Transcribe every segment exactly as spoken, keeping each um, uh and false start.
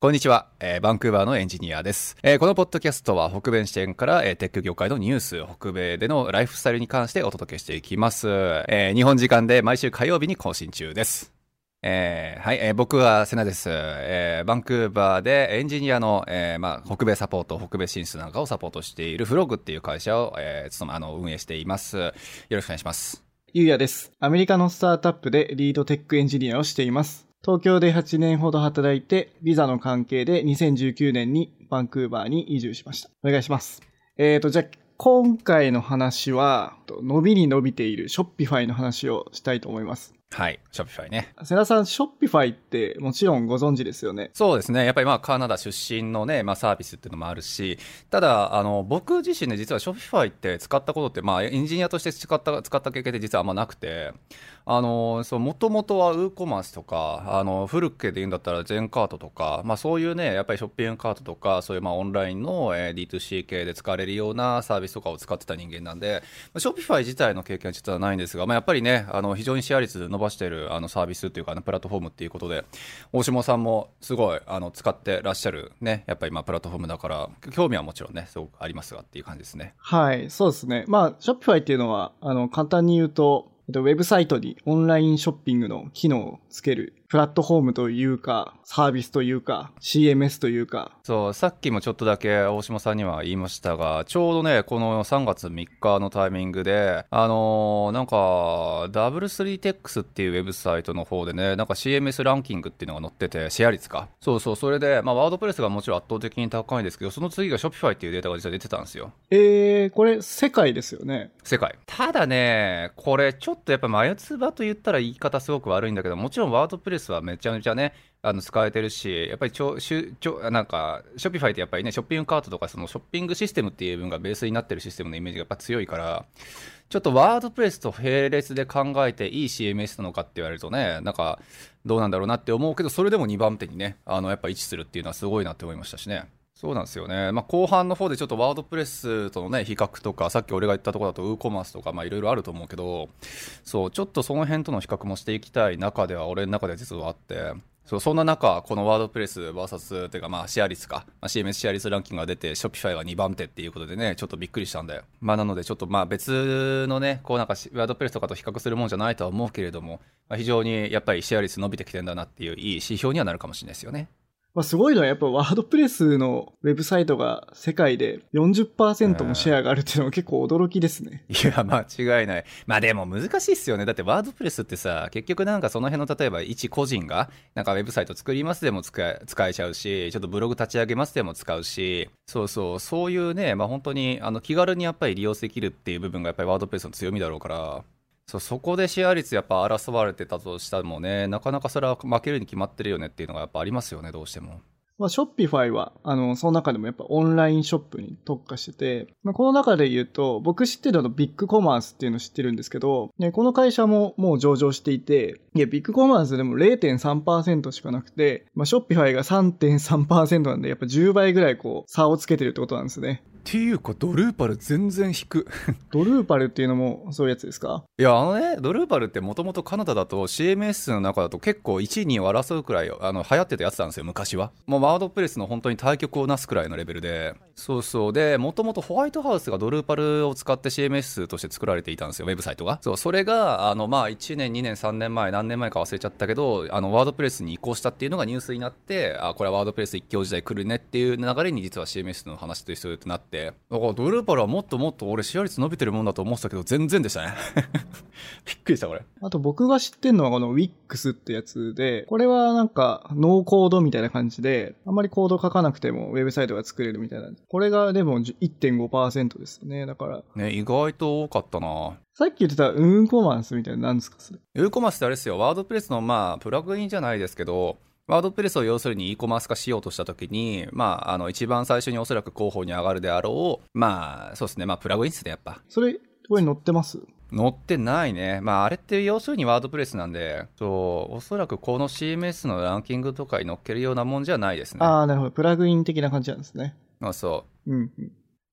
こんにちは、えー、バンクーバーのエンジニアです。えー、このポッドキャストは北米視点から、えー、テック業界のニュース、北米でのライフスタイルに関してお届けしていきます。えー、日本時間で毎週火曜日に更新中です。えー、はい、えー、僕はセナです。えー、バンクーバーでエンジニアの、えー、まあ、北米サポート、北米進出なんかをサポートしているフログっていう会社を、えー、務め、あの、運営しています。よろしくお願いします。 ゆうやです。アメリカのスタートアップでリードテックエンジニアをしています。東京ではちねんほど働いて、ビザの関係でにせんじゅうきゅうねんにバンクーバーに移住しました。お願いします。えーと、じゃあ、今回の話は、伸びに伸びているショッピファイの話をしたいと思います。 はい、ショッピファイね。 瀬田さん、ショッピファイってもちろんご存知ですよね。 そうですね。やっぱりまあカナダ出身のね、まあサービスっていうのもあるし、ただ、あの、僕自身ね、実はショッピファイって使ったことって、まあエンジニアとして使った、使った経験で実はあんまなくて、あの、そう、もともとはウーコマースとか、あの、古くで言うんだったらゼンカートとか、まあそういうね、やっぱりショッピングカートとか、そういうまあオンラインの ディーツーシー 系で使われるようなサービスとかを使ってた人間なんで、ショッピファイ自体の経験は実はないんですが、まあやっぱりね、あの、非常にシェア率伸ばしているあのサービスっていうか、プラットフォームっていうことで、大下さんもすごいあの使ってらっしゃるね、やっぱり今プラットフォームだから興味はもちろんねすごくありますがっていう感じですね。 はい、そうですね。まあ、ショッピファイっていうのは、あの、簡単に言うと、ウェブサイトにオンラインショッピングの機能をつけるプラットフォームというか、サービスというか、シーエムエス というか。 そう、さっきもちょっとだけ大島さんには言いましたが、ちょうどね、このさんがつみっかのタイミングで、あのー、なんか、ダブリュースリーテックス っていうウェブサイトの方でね、なんか シーエムエス ランキングっていうのが載ってて、シェア率か。そうそう、それで、まあ、ワードプレスがもちろん圧倒的に高いんですけど、その次が Shopify っていうデータが実は出てたんですよ。 えー、これ世界ですよね。 世界。ただね、これちょっとやっぱ眉唾と言ったら言い方すごく悪いんだけど、もちろんワードプレスはめちゃめちゃね、あの使えてるし、やっぱりちょしゅちょなんかショッピファイってやっぱりね、ショッピングカートとかそのショッピングシステムっていう部分がベースになってるシステムのイメージがやっぱ強いから、ちょっとワードプレスと並列で考えていい シーエムエス なのかって言われるとね、なんかどうなんだろうなって思うけど、それでもにばん手にね、あのやっぱ位置するっていうのはすごいなって思いましたしね。そうなんですよね。まあ、後半の方でちょっとワードプレスとのね、比較とか、さっき俺が言ったところだとウーコマースとか、まあいろいろあると思うけど、そう、ちょっとその辺との比較もしていきたい中では、俺の中では実はあって、そう、そんな中、このワードプレス ブイエス っていうか、まあシェア率か、まあ、シーエムエス シェア率ランキングが出て、ショッピファイがにばん手っていうことでね、ちょっとびっくりしたんで。まあなので、ちょっとまあ別のね、こうなんかワードプレスとかと比較するもんじゃないとは思うけれども、まあ、非常にやっぱりシェア率伸びてきてんだなっていういい指標にはなるかもしれないですよね。 まあ、すごいのはやっぱワードプレスのウェブサイトが世界で よんじゅっパーセント もシェアがあるっていうのも結構驚きですね。 いや、間違いない。まあでも難しいっすよね。だってワードプレスってさ、結局なんかその辺の例えば一個人がなんかウェブサイト作りますでも使え、使えちゃうし、ちょっとブログ立ち上げますでも使うし、そうそう、そういうね、まあ本当にあの気軽にやっぱり利用できるっていう部分がやっぱりワードプレスの強みだろうから、そう、そこでシェア率やっぱ争われてたとしたもね、なかなかそれは負けるに決まってるよねっていうのがやっぱありますよね、どうしても。 まあ、ショッピファイは、あの、その中でもやっぱオンラインショップに特化してて、まあ、この中で言うと、僕知ってるのビッグコマースっていうの知ってるんですけど、ね、この会社ももう上場していて、いや、ビッグコマースでも れいてんさんパーセント しかなくて、まあ、ショッピファイが さんてんさんパーセント なんで、やっぱじゅうばいぐらいこう、差をつけてるってことなんですね。 っていうか、ドルーパル全然引く。 ドルーパルっていうのもそういうやつですか？ いや、あのね、ドルーパルってもともとカナダだと シーエムエス の中だと結構いちいにを争うくらいあの流行ってたやつなんですよ、昔は。もうワードプレスの本当に対極をなすくらいのレベルで。そうそう。で、もともとホワイトハウスがドルーパルを使って シーエムエス として作られていたんですよ、ウェブサイトが。そう、それが、あの、まあ、いちねん、にねん、さんねんまえ、何年前か忘れちゃったけど、あの、ワードプレスに移行したっていうのがニュースになって、あ、これはワードプレス一強時代来るねっていう流れに実は シーエムエス の話と一緒ってなって、だからドルーパルはもっともっと俺シェア率伸びてるもんだと思ってたけど全然でしたね。びっくりしたこれ。 あと僕が知ってるのはこの ウィックス ってやつで、これはなんかノーコードみたいな感じで、あんまりコード書かなくてもウェブサイトが作れるみたいな。これがでも いってんごパーセント ですね。だから。 ね、意外と多かったな。 さっき言ってたウーコマースみたいな何ですかそれ。 ウーコマースってあれですよ、ワードプレスのまあプラグインじゃないですけど、ワードプレスを要するに e コマース化しようとしたときに、まあ、あの、一番最初におそらく候補に上がるであろう、まあ、そうですね、まあ、プラグインですね、やっぱ。 それ、これ載ってます？ 載ってないね。まあ、あれって要するにワードプレスなんで、そう、おそらくこの シーエムエス のランキングとかに載っけるようなもんじゃないですね。 ああ、なるほど。プラグイン的な感じなんですね。 まあ、そう。うん、うん。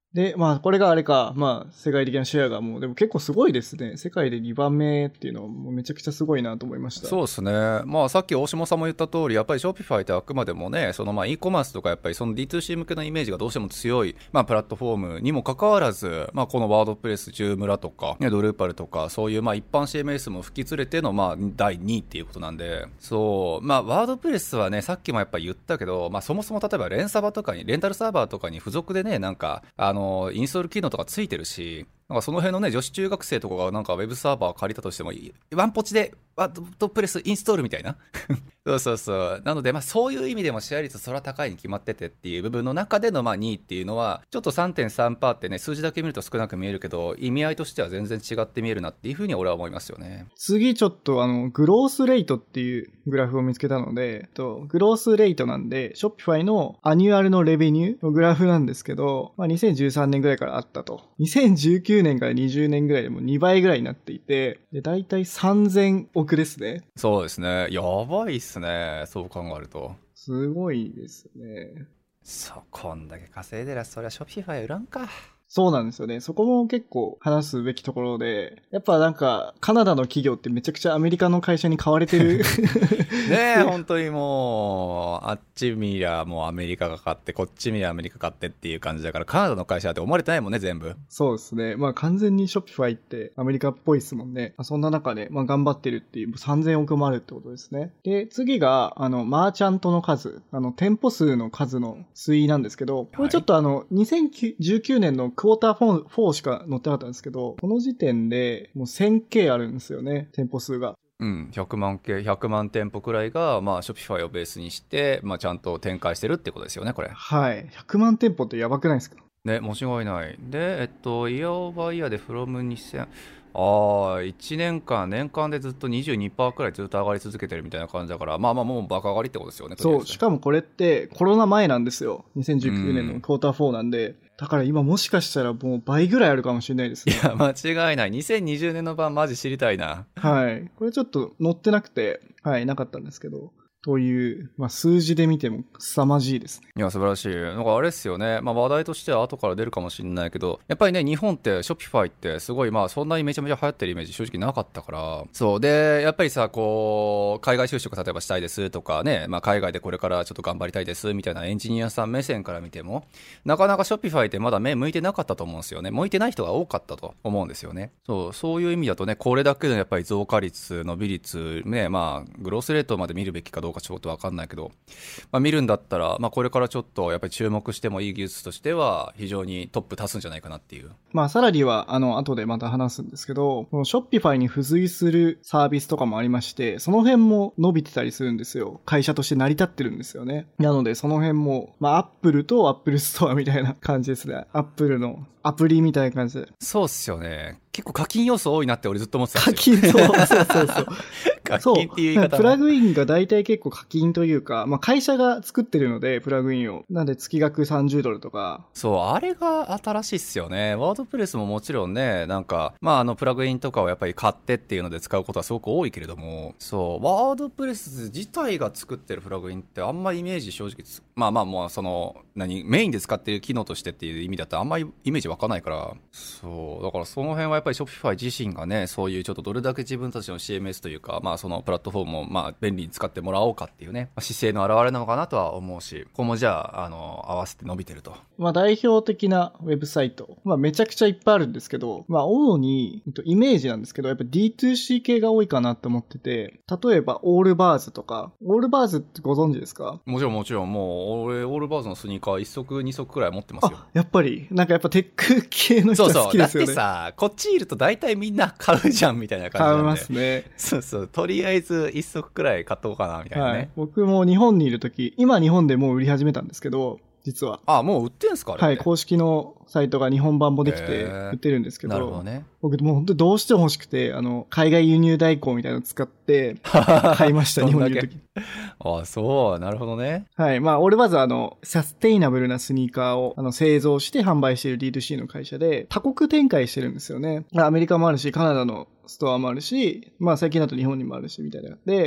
で、まあ、これがあれか、まあ、世界的なシェアがもう、でも結構すごいですね。世界でにばんめっていうのはもうめちゃくちゃすごいなと思いました。 そうですね。まあさっき大島さんも言った通り、やっぱり Shopify ってあくまでもね、そのまあ e コマースとかやっぱりその ディーツーシー 向けのイメージがどうしても強い、まあプラットフォームにもかかわらず、まあこのワードプレス、ジュームラとか、ね、ドルーパルとか、そういうまあ一般 シーエムエス も吹き連れてのまあだいにいっていうことなんで、そう、まあワードプレスはね、さっきもやっぱり言ったけど、まあそもそも例えばレンサバとかに、レンタルサーバーとかに付属でね、なんか、あの、インストール機能とかついてるし、なんかその辺のね、女子中学生とかがなんかウェブサーバー借りたとしても、ワンポチでワードプレスインストールみたいな。そうそうそう。なので、まあそういう意味でもシェア率そら高いに決まっててっていう部分の中でのまあにいっていうのは、ちょっと さんてんさんパーセント ってね、数字だけ見ると少なく見えるけど、意味合いとしては全然違って見えるなっていうふうに俺は思いますよね。 次ちょっとあの、グロースレイトっていうグラフを見つけたので、とグロースレイトなんで、Shopify のアニュアルのレベニューのグラフなんですけど、まあにせんじゅうさんねんぐらいからあったと。にせんじゅうきゅうねんからにじゅうねんぐらいでもにばいぐらいになっていて、で、だいたいさんぜんおくですね。 そうですね。やばいっすね。そう考えると。 すごいですね。 そう、こんだけ稼いでらそりゃ Shopify 売らんか。 そうなんですよね。そこも結構話すべきところで、やっぱなんかカナダの企業ってめちゃくちゃアメリカの会社に買われてる。 ねえ、本当にもう、あっち見りゃもうアメリカが買って、こっち見りゃアメリカ買ってっていう感じだから、カナダの会社って思われてないもんね、全部。 そうですね。まあ完全に Shopify ってアメリカっぽいですもんね。そんな中で、まあ、頑張ってるっていうさんぜんおくもあるってことですね。で、次が、あの、マーチャントの数、あの、店舗数の数の推移なんですけど、これちょっとあの、にせんじゅうきゅうねんのクォーターフォー、よんしか載ってなかったんですけど、この時点でもう せんケー あるんですよね、店舗数が。 うん、ひゃくまんけい、ひゃくまん店舗くらいが、まあ、Shopify をベースにして、まあ、ちゃんと展開してるってことですよね、これ。 はい。ひゃくまん店舗ってやばくないですか？ ね、間違いない。で、えっと、イヤーオーバーイヤーで フロムにせん、ああ、いちねんかん、年間でずっと にじゅうにパーセント くらいずっと上がり続けてるみたいな感じだから、まあまあもうバカ上がりってことですよね。 そう、しかもこれってコロナ前なんですよ。にせんじゅうきゅうねんのクォーターよんなんで。だから今もしかしたらもう倍ぐらいあるかもしれないですね。 いや、間違いない。にせんにじゅうねんの版マジ知りたいな。 はい。これちょっと載ってなくて、はい、なかったんですけど。という、まあ、数字で見ても凄まじいですね。 いや、素晴らしい。なんかあれですよね。まあ話題としては後から出るかもしれないけど、やっぱりね、日本って Shopify ってすごい、まあそんなにめちゃめちゃ流行ってるイメージ正直なかったから。そう。で、やっぱりさ、こう、海外就職例えばしたいですとかね、まあ海外でこれからちょっと頑張りたいですみたいなエンジニアさん目線から見ても、なかなか Shopify ってまだ目向いてなかったと思うんですよね。向いてない人が多かったと思うんですよね。そう、そういう意味だとね、これだけのやっぱり増加率、伸び率、ね、まあ、グロースレートまで見るべきかどうかちょっとわかんないけど、まあ、見るんだったら、まあ、これからちょっとやっぱり注目してもいい技術としては非常にトップ立つんじゃないかなっていう。 まあさらにはあの後でまた話すんですけど、この Shopify に付随するサービスとかもありまして、その辺も伸びてたりするんですよ。会社として成り立ってるんですよね。なのでその辺も、まあ Apple と Apple Store みたいな感じですね。Apple のアプリみたいな感じで。 そうっすよね。結構課金要素多いなって俺ずっと思ってたんですよ。課金、そうそうそうそう。 課金っていう言い方も。 プラグインが大体結構課金というか、まあ会社が作ってるので、プラグインを。なんで月額さんじゅうドルとか。 そう、あれが新しいっすよね。ワードプレスももちろんね、なんか、まああのプラグインとかをやっぱり買ってっていうので使うことはすごく多いけれども、そう、ワードプレス自体が作ってるプラグインってあんまりイメージ正直つ、まあまあもうその、何、メインで使ってる機能としてっていう意味だとあんまりイメージ湧かないから、そう、だからその辺はやっぱり Shopify 自身がね、そういうちょっとどれだけ自分たちの シーエムエス というか、まあそのプラットフォームをまあ便利に使ってもらおうかっていうね、姿勢の表れなのかなとは思うし、ここもじゃあ、あの、合わせて伸びてると。 まあ代表的なウェブサイト、まあめちゃくちゃいっぱいあるんですけど、まあ主にイメージなんですけど、やっぱ ディーツーシー 系が多いかなと思ってて、例えばオールバーズとか、オールバーズってご存知ですか？ もちろんもちろん、もう俺オールバーズのスニーカーいっそくにそくくらい持ってますよ。 あ、やっぱりなんかやっぱテック系の人は好きですよね。 そうそう、だってさ、こっちいると大体みんな買うじゃんみたいな感じなんで。 買いますね。 そうそう、とりあえず一足くらい買っとこうかなみたいなね。はい、 僕も日本にいるとき、今日本でもう売り始めたんですけど、実は。 あ、もう売ってんすかあれ？ はい、公式のサイトが日本版もできて売ってるんですけど、 なるほどね。 僕もう本当にどうしても欲しくて、あの、海外輸入代行みたいなの使って買いました、日本にいるとき。 あ、そう、なるほどね。 はい、まあ、俺まずあの、サステイナブルなスニーカーをあの製造して販売している ディーツーシー の会社で、多国展開してるんですよね。アメリカもあるし、カナダのストアもあるし、まあ最近だと日本にもあるし、みたいな。で、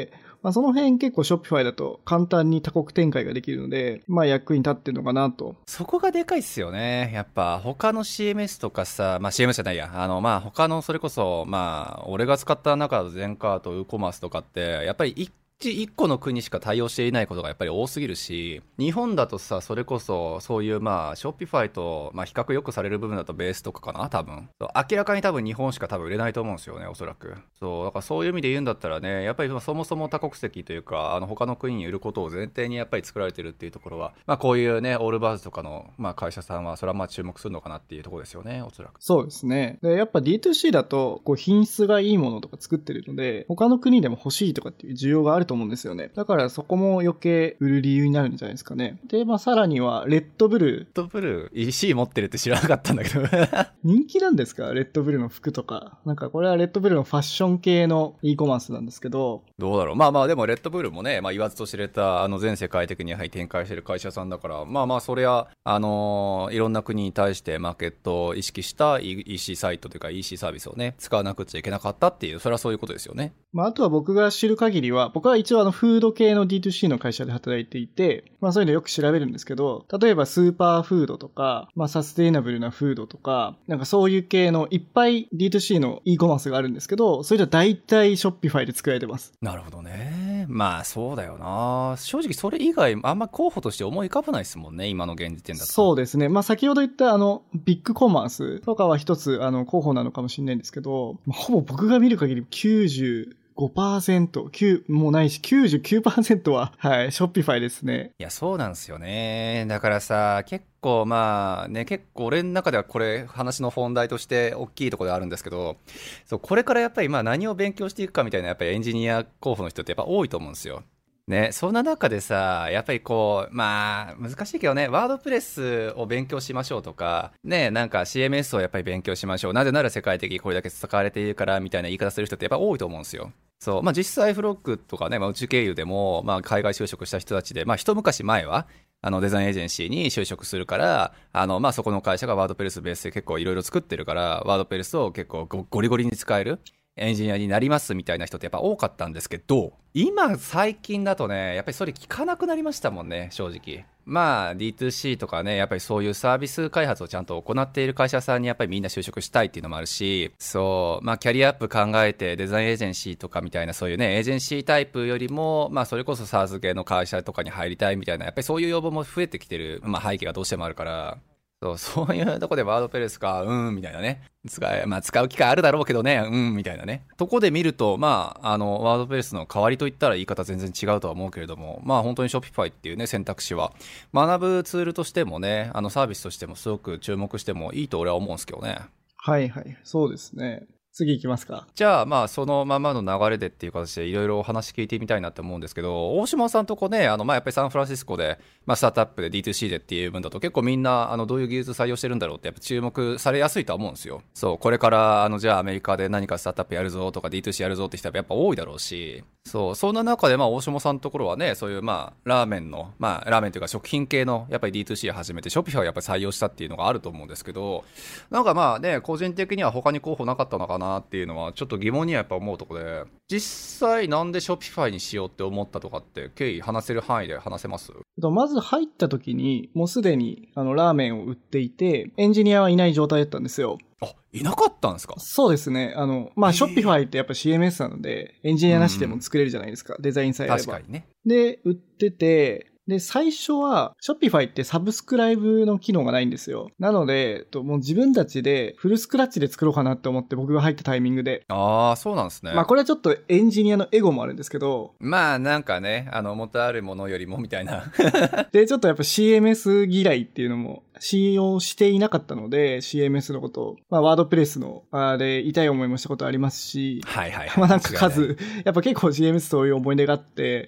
まあ、その辺結構 Shopify だと簡単に多国展開ができるので、まあ役に立ってるのかなと。 そこがでかいっすよね。やっぱ他の シーエムエス とかさ、まあ シーエムエス じゃないや、あのまあ他のそれこそ、まあ俺が使った中だとゼンカート、ウーコマースとかって、やっぱり一一個の国しか対応していないことがやっぱり多すぎるし、日本だとさ、それこそそういうまあ Shopify とまあ比較よくされる部分だとベースとかかな、多分。そう明らかに多分日本しか多分売れないと思うんですよね、おそらく。そうだからそういう意味で言うんだったらね、やっぱりそもそも多国籍というか、あの他の国に売ることを前提にやっぱり作られてるっていうところは、まあこういうねオールバーズとかのまあ会社さんはそれはまあ注目するのかなっていうところですよね、おそらく。 そうですね。でやっぱ ディーツーシー だとこう品質がいいものとか作ってるので、他の国でも欲しいとかっていう需要があると思うんですよね。だからだからそこも余計売る理由になるんじゃないですかね。で、まあさらにはレッドブル。レッドブル イーシー 持ってるって知らなかったんだけど人気なんですかレッドブルの服とか。なんかこれはレッドブルのファッション系の e コマースなんですけど。 どうだろう。まあまあでもレッドブルもね、まあ言わずと知れたあの全世界的に展開してる会社さんだから、まあまあそれはあのー、いろんな国に対してマーケットを意識した イーシー サイトというか イーシー サービスをね使わなくちゃいけなかったっていう、それはそういうことですよね。 まああとは僕が知る限りは、僕は一応あのフード系の ディーツーシー の会社で働いていて、まあそういうのよく調べるんですけど、例えばスーパーフードとか、まあサステイナブルなフードとか、なんかそういう系のいっぱい ディーツーシー の e コマースがあるんですけど、それじゃ大体 Shopify で作られてます。 なるほどね。まあそうだよな。正直それ以外あんま候補として思い浮かばないですもんね、今の現時点だと。 そうですね。まあ先ほど言ったあのビッグコマースとかは一つあの候補なのかもしれないんですけど、ほぼ僕が見る限りきゅうじゅうごパーセント、きゅうもうないし きゅうじゅうきゅうパーセント は、はい、Shopify ですね。 いや、そうなんですよね。だからさ、結構まあね、結構俺の中ではこれ話の本題として大きいところであるんですけど、そう、これからやっぱりまあ何を勉強していくかみたいなやっぱりエンジニア候補の人ってやっぱ多いと思うんですよ。ね、そんな中でさ、やっぱりこう、まあ、難しいけどね、ワードプレスを勉強しましょうとか、ね、なんか シーエムエス をやっぱり勉強しましょう。なぜなら世界的にこれだけ使われているから、みたいな言い方する人ってやっぱ多いと思うんですよ。そう、まあ実際フロックとかね、まあ宇宙経由でも、まあ海外就職した人たちで、まあ一昔前は、あのデザインエージェンシーに就職するから、あの、まあそこの会社がワードプレスベースで結構いろいろ作ってるから、ワードプレスを結構ゴリゴリに使えるエンジニアになりますみたいな人ってやっぱ多かったんですけど、今最近だとね、やっぱりそれ聞かなくなりましたもんね、正直。まあ ディーツーシー とかね、やっぱりそういうサービス開発をちゃんと行っている会社さんにやっぱりみんな就職したいっていうのもあるし、そうまあキャリアアップ考えてデザインエージェンシーとかみたいなそういうねエージェンシータイプよりも、まあそれこそ SaaS 系の会社とかに入りたいみたいな、やっぱりそういう要望も増えてきてる、まあ、背景がどうしてもあるから、そうそういうとこでワードプレスかうんみたいなね、使い、まあ、使う機会あるだろうけどねうんみたいなねとこで見ると、まああのワードプレスの代わりといったら言い方全然違うとは思うけれども、まあ本当に Shopify っていうね選択肢は学ぶツールとしてもね、あのサービスとしてもすごく注目してもいいと俺は思うんですけどね。 はいはい、そうですね。次行きますか。 じゃあまあそのままの流れでっていう形でいろいろお話聞いてみたいなって思うんですけど、大島さんとこね、あのまあやっぱりサンフランシスコで、まあ、スタートアップで ディーツーシー でっていう分だと結構みんなあのどういう技術採用してるんだろうってやっぱ注目されやすいとは思うんですよ。そうこれからあのじゃあアメリカで何かスタートアップやるぞとか ディーツーシー やるぞって人はやっぱ多いだろうし、そうそんな中でまあ大島さんのところはね、そういうまあラーメンのまあラーメンというか食品系のやっぱり ディーツーシー を始めて Shopify をやっぱり採用したっていうのがあると思うんですけど、なんかまあね個人的には他に候補なかったのかなっていうのはちょっと疑問にはやっぱ思うところで、実際なんで Shopify にしようって思ったとかって経緯話せる範囲で話せます？ まず入った時にもうすでにあのラーメンを売っていてエンジニアはいない状態だったんですよ。 あ、いなかったんですか？ そうですね。あの、まあ、Shopify ってやっぱ シーエムエス なので、エンジニアなしでも作れるじゃないですか。デザインさえあれば。 確かにね。 で、売ってて、で、最初は Shopify ってサブスクライブの機能がないんですよ。なので、もう自分たちでフルスクラッチで作ろうかなって思って僕が入ったタイミングで。 ああ、そうなんですね。 まあこれはちょっとエンジニアのエゴもあるんですけど。 まあなんかね、あの元あるものよりもみたいな。 で、ちょっとやっぱ シーエムエス 嫌いっていうのも信用していなかったので シーエムエス のことを、まあワードプレスのあれ痛い思いもしたことありますし。 はいはい、はい。 まあなんか数、やっぱ結構 シーエムエス という思い出があって。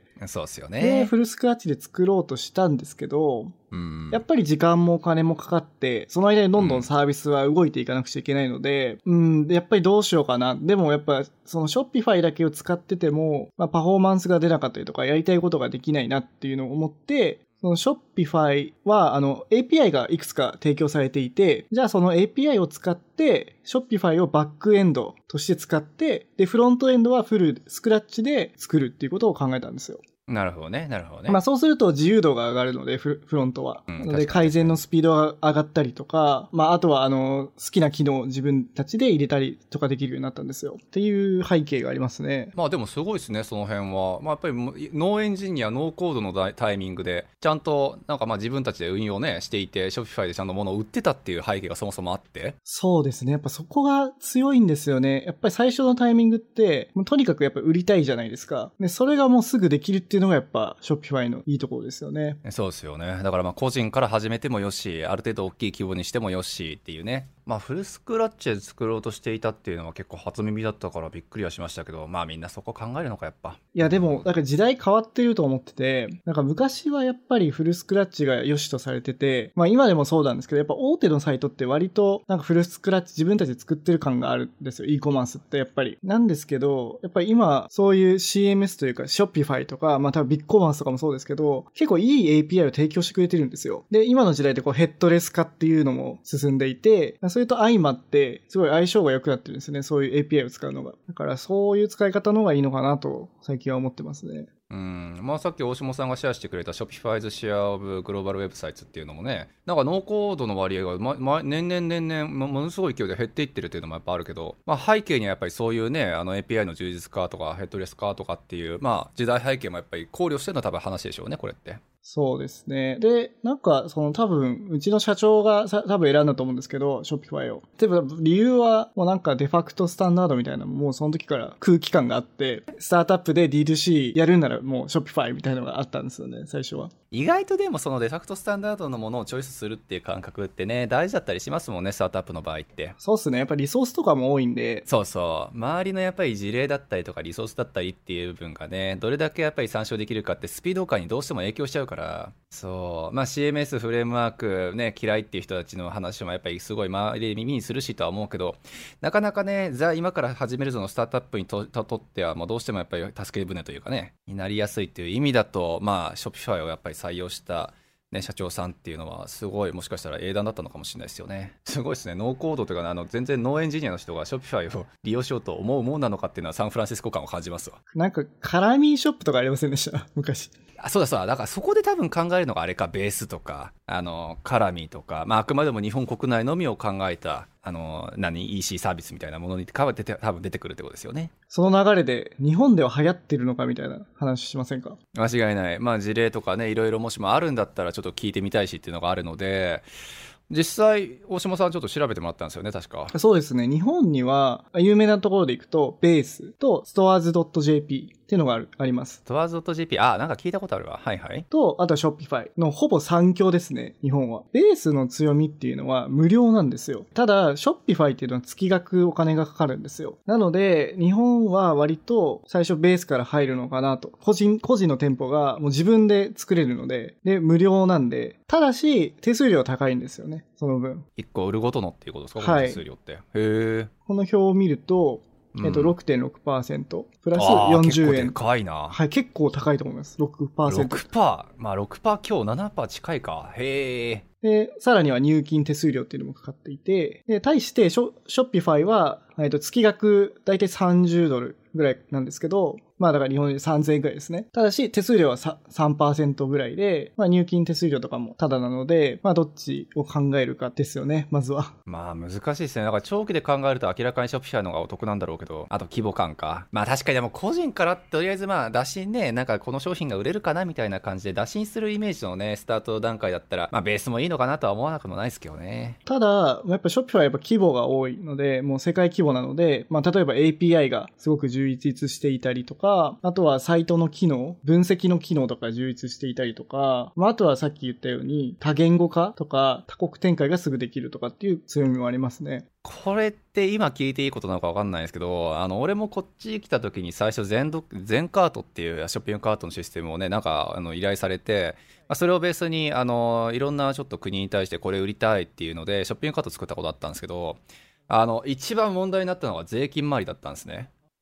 そうですよね。 で、フルスクラッチで作ろうとしたんですけど、うん、やっぱり時間もお金もかかって、その間にどんどんサービスは動いていかなくちゃいけないので、うん、うん、やっぱりどうしようかな。でもやっぱその Shopify だけを使ってても、まあ、パフォーマンスが出なかったりとか、やりたいことができないなっていうのを思って、 その Shopify はあの エーピーアイ がいくつか提供されていて、じゃあその エーピーアイ を使って Shopify をバックエンドとして使って、で、フロントエンドはフルスクラッチで作るっていうことを考えたんですよ。 なるほどね、なるほどね。 まあそうすると自由度が上がるので、フロントは。うん、なので改善のスピードが上がったりとか、まああとはあの、好きな機能を自分たちで入れたりとかできるようになったんですよ。っていう背景がありますね。 まあでもすごいですね、その辺は。まあやっぱりノーエンジニア、ノーコードのタイミングで、ちゃんとなんかまあ自分たちで運用ね、していて、Shopify でちゃんと物を売ってたっていう背景がそもそもあって。 そうですね。やっぱそこが強いんですよね。やっぱり最初のタイミングって、もうとにかくやっぱ売りたいじゃないですか。で、それがもうすぐできるっていうのがやっぱ、Shopify のいいところですよね。 そうですよね。だからまあ個人から始めてもよし、ある程度大きい規模にしてもよしっていうね。まあフルスクラッチで作ろうとしていたっていうのは結構初耳だったからびっくりはしましたけど、まあみんなそこ考えるのかやっぱ。 いやでもなんか時代変わってると思ってて、なんか昔はやっぱりフルスクラッチが良しとされてて、まあ今でもそうなんですけど、やっぱ大手のサイトって割となんかフルスクラッチ自分たちで作ってる感があるんですよ。e コマースってやっぱり。なんですけど、やっぱり今そういう シーエムエス というか Shopify とか、まあ多分ビッグコマースとかもそうですけど、結構いい エーピーアイ を提供してくれてるんですよ。で、今の時代でこうヘッドレス化っていうのも進んでいて、それと相まってすごい相性が良くなってるんですね。そういう エーピーアイ を使うのが。だからそういう使い方の方がいいのかなと最近は思ってますね。 うん、まあさっき大下さんがシェアしてくれた Shopify's Share of Global Websites っていうのもね、なんかノーコードの割合が、まま、年々年々ものすごい勢いで減っていってるっていうのもやっぱあるけど、まあ、背景にはやっぱりそういうね、あの エーピーアイ の充実化とかヘッドレス化とかっていう、まあ時代背景もやっぱり考慮してるのは多分話でしょうね、これって。 そうですね。で、なんか、その多分、うちの社長がさ多分選んだと思うんですけど、Shopify を。例えば、理由は、もうなんかデファクトスタンダードみたいな、もうその時から空気感があって、スタートアップで ディーツーシー やるんならもう Shopify みたいなのがあったんですよね、最初は。 意外とでもそのデファクトスタンダードのものをチョイスするっていう感覚ってね、大事だったりしますもんね、スタートアップの場合って。 そうっすね。やっぱりリソースとかも多いんで。 そうそう。周りのやっぱり事例だったりとかリソースだったりっていう部分がね、どれだけやっぱり参照できるかってスピード感にどうしても影響しちゃうから。そう。まあ シーエムエス フレームワークね、嫌いっていう人たちの話もやっぱりすごい周りで耳にするしとは思うけど、なかなかね、ザ今から始めるぞのスタートアップにととってはもうどうしてもやっぱり助け舟というかね、になりやすいっていう意味だと、まあ Shopify をやっぱり採用したね、社長さんっていうのはすごいもしかしたら英断だったのかもしれないですよね。すごいですね。ノーコードというか、ね、あの全然ノーエンジニアの人が Shopify を利用しようと思うもんなのかっていうのはサンフランシスコ感を感じますわ。 なんかカラミーショップとかありませんでした昔。 あ、そうだそうだ。だからそこで多分考えるのがあれか、ベースとかあのカラミーとか、まあ、あくまでも日本国内のみを考えたあの何 イーシー サービスみたいなものに変わって多分出てくるってことですよね。 その流れで日本では流行ってるのかみたいな話しませんか？ 間違いない。まあ事例とかね、いろいろもしもあるんだったらちょっと聞いてみたいしっていうのがあるので、実際大下さんちょっと調べてもらったんですよね、確か。 そうですね。日本には有名なところでいくとベースと ストアーズ ドット ジェーピー っていうのがあるあります。 ストアーズ ドット ジェーピー、 あ、なんか聞いたことあるわ。はいはい。 と、あとは Shopify のほぼ三強ですね、日本は。ベースの強みっていうのは無料なんですよ。ただ Shopify っていうのは月額お金がかかるんですよ。なので日本は割と最初ベースから入るのかなと。個人個人の店舗がもう自分で作れるので、で無料なんで、ただし手数料は高いんですよね、その分。 いっこ売るごとのっていうことですか、 はい、 手数料って。へえ。この表を見ると、えっと、ろくてんろくパーセント プラスよんじゅうえん。 結構でかいな。 はい、結構高いと思います。ろくパーセント。 ろくパーセント。まあろくパーセント、今日 ななパーセント 近いか。へえ。 で、さらには入金手数料っていうのもかかっていて、で、対してショ、ショッピファイは、えっと、月額だいたいさんじゅうドルぐらいなんですけど、まあだから日本でさんぜんえんぐらいですね。ただし手数料は さんパーセント ぐらいで、まあ入金手数料とかもタダなので、まあどっちを考えるかですよね、まずは。 まあ難しいですね。だから長期で考えると明らかにショッピファイの方がお得なんだろうけど、あと規模感か。まあ確かにでも個人からとりあえずまあ打診ね、なんかこの商品が売れるかなみたいな感じで打診するイメージのね、スタート段階だったら、まあベースもいいのかなとは思わなくもないですけどね。 ただ、やっぱショッピファイはやっぱ規模が多いので、もう世界規模なので、まあ例えば エーピーアイ がすごく充実していたりとか、あとはサイトの機能、分析の機能とか充実していたりとか、まあ、あとはさっき言ったように多言語化とか多国展開がすぐできるとかっていう強みもありますね。 これって今聞いていいことなのか分かんないですけど、あの俺もこっち来た時に最初全ド全カートっていうショッピングカートのシステムをね、なんかあの依頼されて、まあ、それをベースにあのいろんなちょっと国に対してこれ売りたいっていうのでショッピングカート作ったことあったんですけど、あの一番問題になったのは税金周りだったんですね。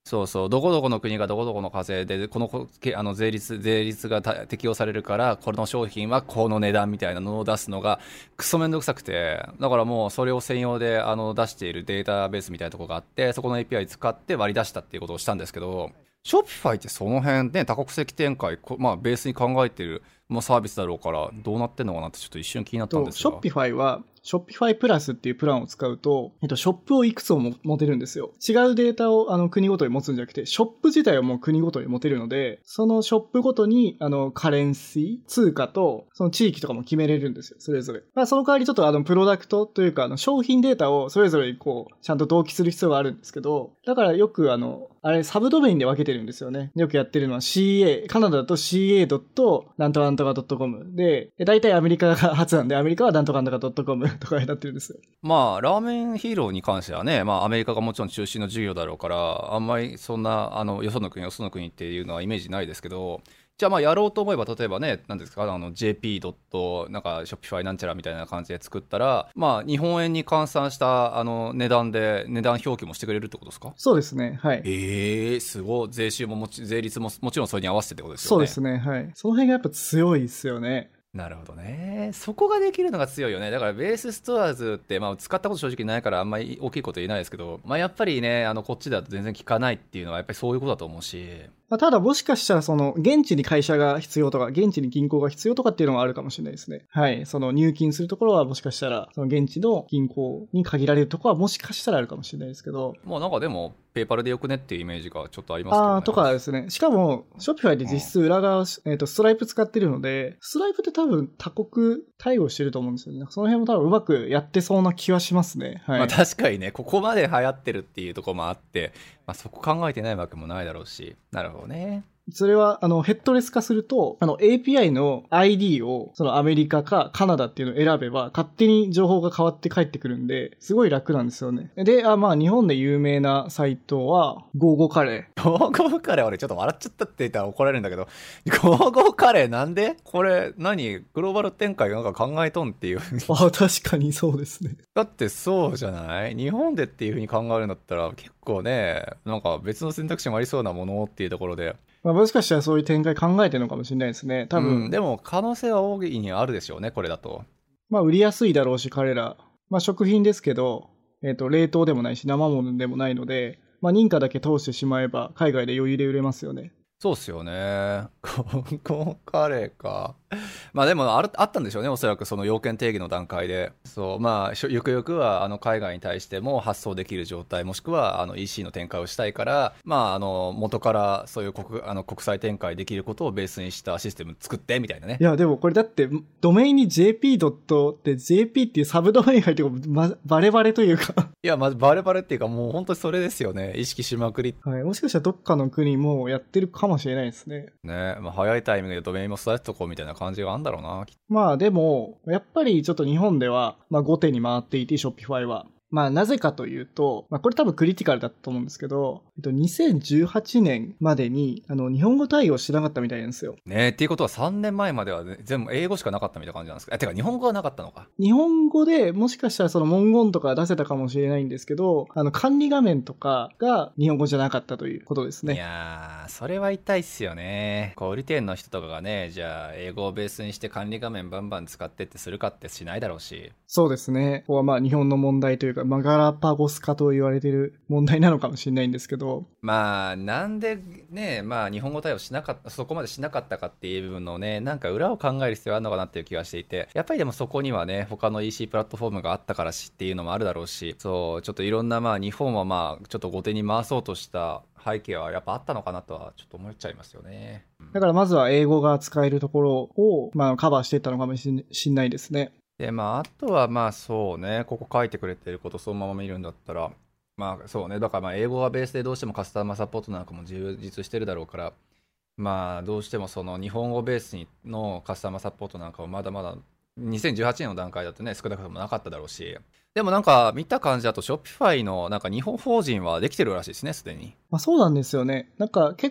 そうそう、どこどこの国がどこどこの課税で、このこけあの税率、税率がた適用されるから、この商品はこの値段みたいなのを出すのが、クソめんどくさくて、だからもうそれを専用であの出しているデータベースみたいなところがあって、そこの エーピーアイ 使って割り出したっていうことをしたんですけど、ショピファイってその辺ね、多国籍展開、こまあ、ベースに考えてる、まあ、サービスだろうから、どうなってんのかなってちょっと一瞬気になったんですが。 ショッピファイは、ショッピファイプラスっていうプランを使うと、えっと、ショップをいくつも持てるんですよ。違うデータをあの国ごとに持つんじゃなくて、ショップ自体はもう国ごとに持てるので、そのショップごとに、あの、カレンシー、通貨と、その地域とかも決めれるんですよ、それぞれ。まあ、その代わりちょっとあの、プロダクトというか、あの、商品データをそれぞれにこう、ちゃんと同期する必要があるんですけど、だからよくあの、あれ、サブドメインで分けてるんですよね。よくやってるのは シーエー、カナダだと シーエー. なんとかなんとか .com で、大体アメリカが初なんで、アメリカはなんとかなんとか .com とかになってるんですよ。 まあ、ラーメンヒーローに関してはね、まあ、アメリカがもちろん中心の事業だろうから、あんまりそんな、あの、よその国、よその国っていうのはイメージないですけど、じゃあまあやろうと思えば、例えばね、なんですか、あの ジェーピー. なんかショッピファイなんちゃらみたいな感じで作ったら、まあ日本円に換算したあの値段で値段表記もしてくれるってことですか？ そうですね、はい。 ええー、すごい。税収ももち税率ももちろんそれに合わせてってことですよね。 そうですね、はい。その辺がやっぱ強いですよね。 なるほどね。そこができるのが強いよね。だからベースストアーズって、まあ、使ったこと正直ないからあんまり大きいこと言えないですけど、まあ、やっぱりね、あのこっちだと全然効かないっていうのはやっぱりそういうことだと思うし。 まあ、ただもしかしたらその現地に会社が必要とか現地に銀行が必要とかっていうのがあるかもしれないですね。はい。その入金するところはもしかしたらその現地の銀行に限られるところはもしかしたらあるかもしれないですけど。 もうなんかでもペーパルでよくねっていうイメージがちょっとありますけどね。 ああ、とかですね。しかも、ショッピファイって実質裏側、うん、えっと、ストライプ使ってるので、ストライプって多分多国対応してると思うんですよね。その辺も多分うまくやってそうな気はしますね。はい。 まあ確かにね、ここまで流行ってるっていうところもあって、まあそこ考えてないわけもないだろうし。なるほどね。 それは、あの、ヘッドレス化すると、あの、エーピーアイ の アイディー を、そのアメリカかカナダっていうのを選べば、勝手に情報が変わって帰ってくるんで、すごい楽なんですよね。で、あ、まあ、日本で有名なサイトは、ゴーゴーカレー。 ゴーゴーカレー、俺ちょっと笑っちゃったって言ったら怒られるんだけど、ゴーゴーカレーなんでこれ、何グローバル展開なんか考えとんっていう。 あ、確かにそうですね。 だってそうじゃない日本でっていう風に考えるんだったら、結構ね、なんか別の選択肢もありそうなものっていうところで、 まあ、もしかしたらそういう展開考えてるのかもしれないですね。多分。 うん、でも可能性は大いにあるでしょうね、これだと。 まあ、売りやすいだろうし、彼ら。まあ、食品ですけど、えっと、冷凍でもないし、生ものでもないので、まあ、認可だけ通してしまえば、海外で余裕で売れますよね。 そうっすよね。ゴーゴーカレーか。まあでもあるあったんでしょうね、おそらくその要件定義の段階で。そう、まあ、ゆくゆくはあの海外に対しても発送できる状態、もしくはあの イーシー の展開をしたいから、まあ、あの元からそういう国あの国際展開できることをベースにしたシステム作ってみたいなね。 いや、でもこれだって、ドメインに ジェーピー ドットって ジェーピー っていうサブドメイン入って、ま、バレバレというかいや、まずバレバレっていうか、もう本当にそれですよね。意識しまくり。 はい。もしかしたらどっかの国もやってるかもしれないですね。 ね、まあ、早いタイミングでドメインも育てとこうみたいな感じがあるんだろうな。 まあでも、やっぱりちょっと日本では、まあ後手に回っていて、ショッピファイは。まあなぜかというと、まあこれ多分クリティカルだったと思うんですけど、えっと、にせんじゅうはちねんまでに、あの、日本語対応してなかったみたいなんですよ。 ねえ、っていうことはさんねんまえまでは、ね、全部英語しかなかったみたいな感じなんですか？え、てか日本語はなかったのか。 日本語でもしかしたらその文言とか出せたかもしれないんですけど、あの、管理画面とかが日本語じゃなかったということですね。 いやー、それは痛いっすよね。小売店の人とかがね、じゃあ英語をベースにして管理画面バンバン使ってってするかってしないだろうし。 そうですね。ここはまあ日本の問題というか、まあガラパゴス化と言われている問題なのかもしれないんですけど。 まあ、なんでね、まあ日本語対応しなかった、そこまでしなかったかっていう部分のね、なんか裏を考える必要あるのかなっていう気がしていて、やっぱりでもそこにはね、他の イーシー プラットフォームがあったからしっていうのもあるだろうし、そう、ちょっといろんなまあ日本はまあ、ちょっと後手に回そうとした背景はやっぱあったのかなとはちょっと思っちゃいますよね。うん、 だからまずは英語が使えるところを、まあカバーしていったのかもしれないですね。 で、まあ、あとはまあそうね、ここ書いてくれてることそのまま見るんだったら、まあそうね、だからまあ英語はベースでどうしてもカスタマーサポートなんかも充実してるだろうから、まあどうしてもその日本語ベースにのカスタマーサポートなんかもまだまだにせんじゅうはちねんの段階だとね、少なくともなかっただろうし、でもなんか見た感じだとショッピファイのなんか日本法人はできてるらしいですね、すでに。 まあそうなんですよね。なんか結構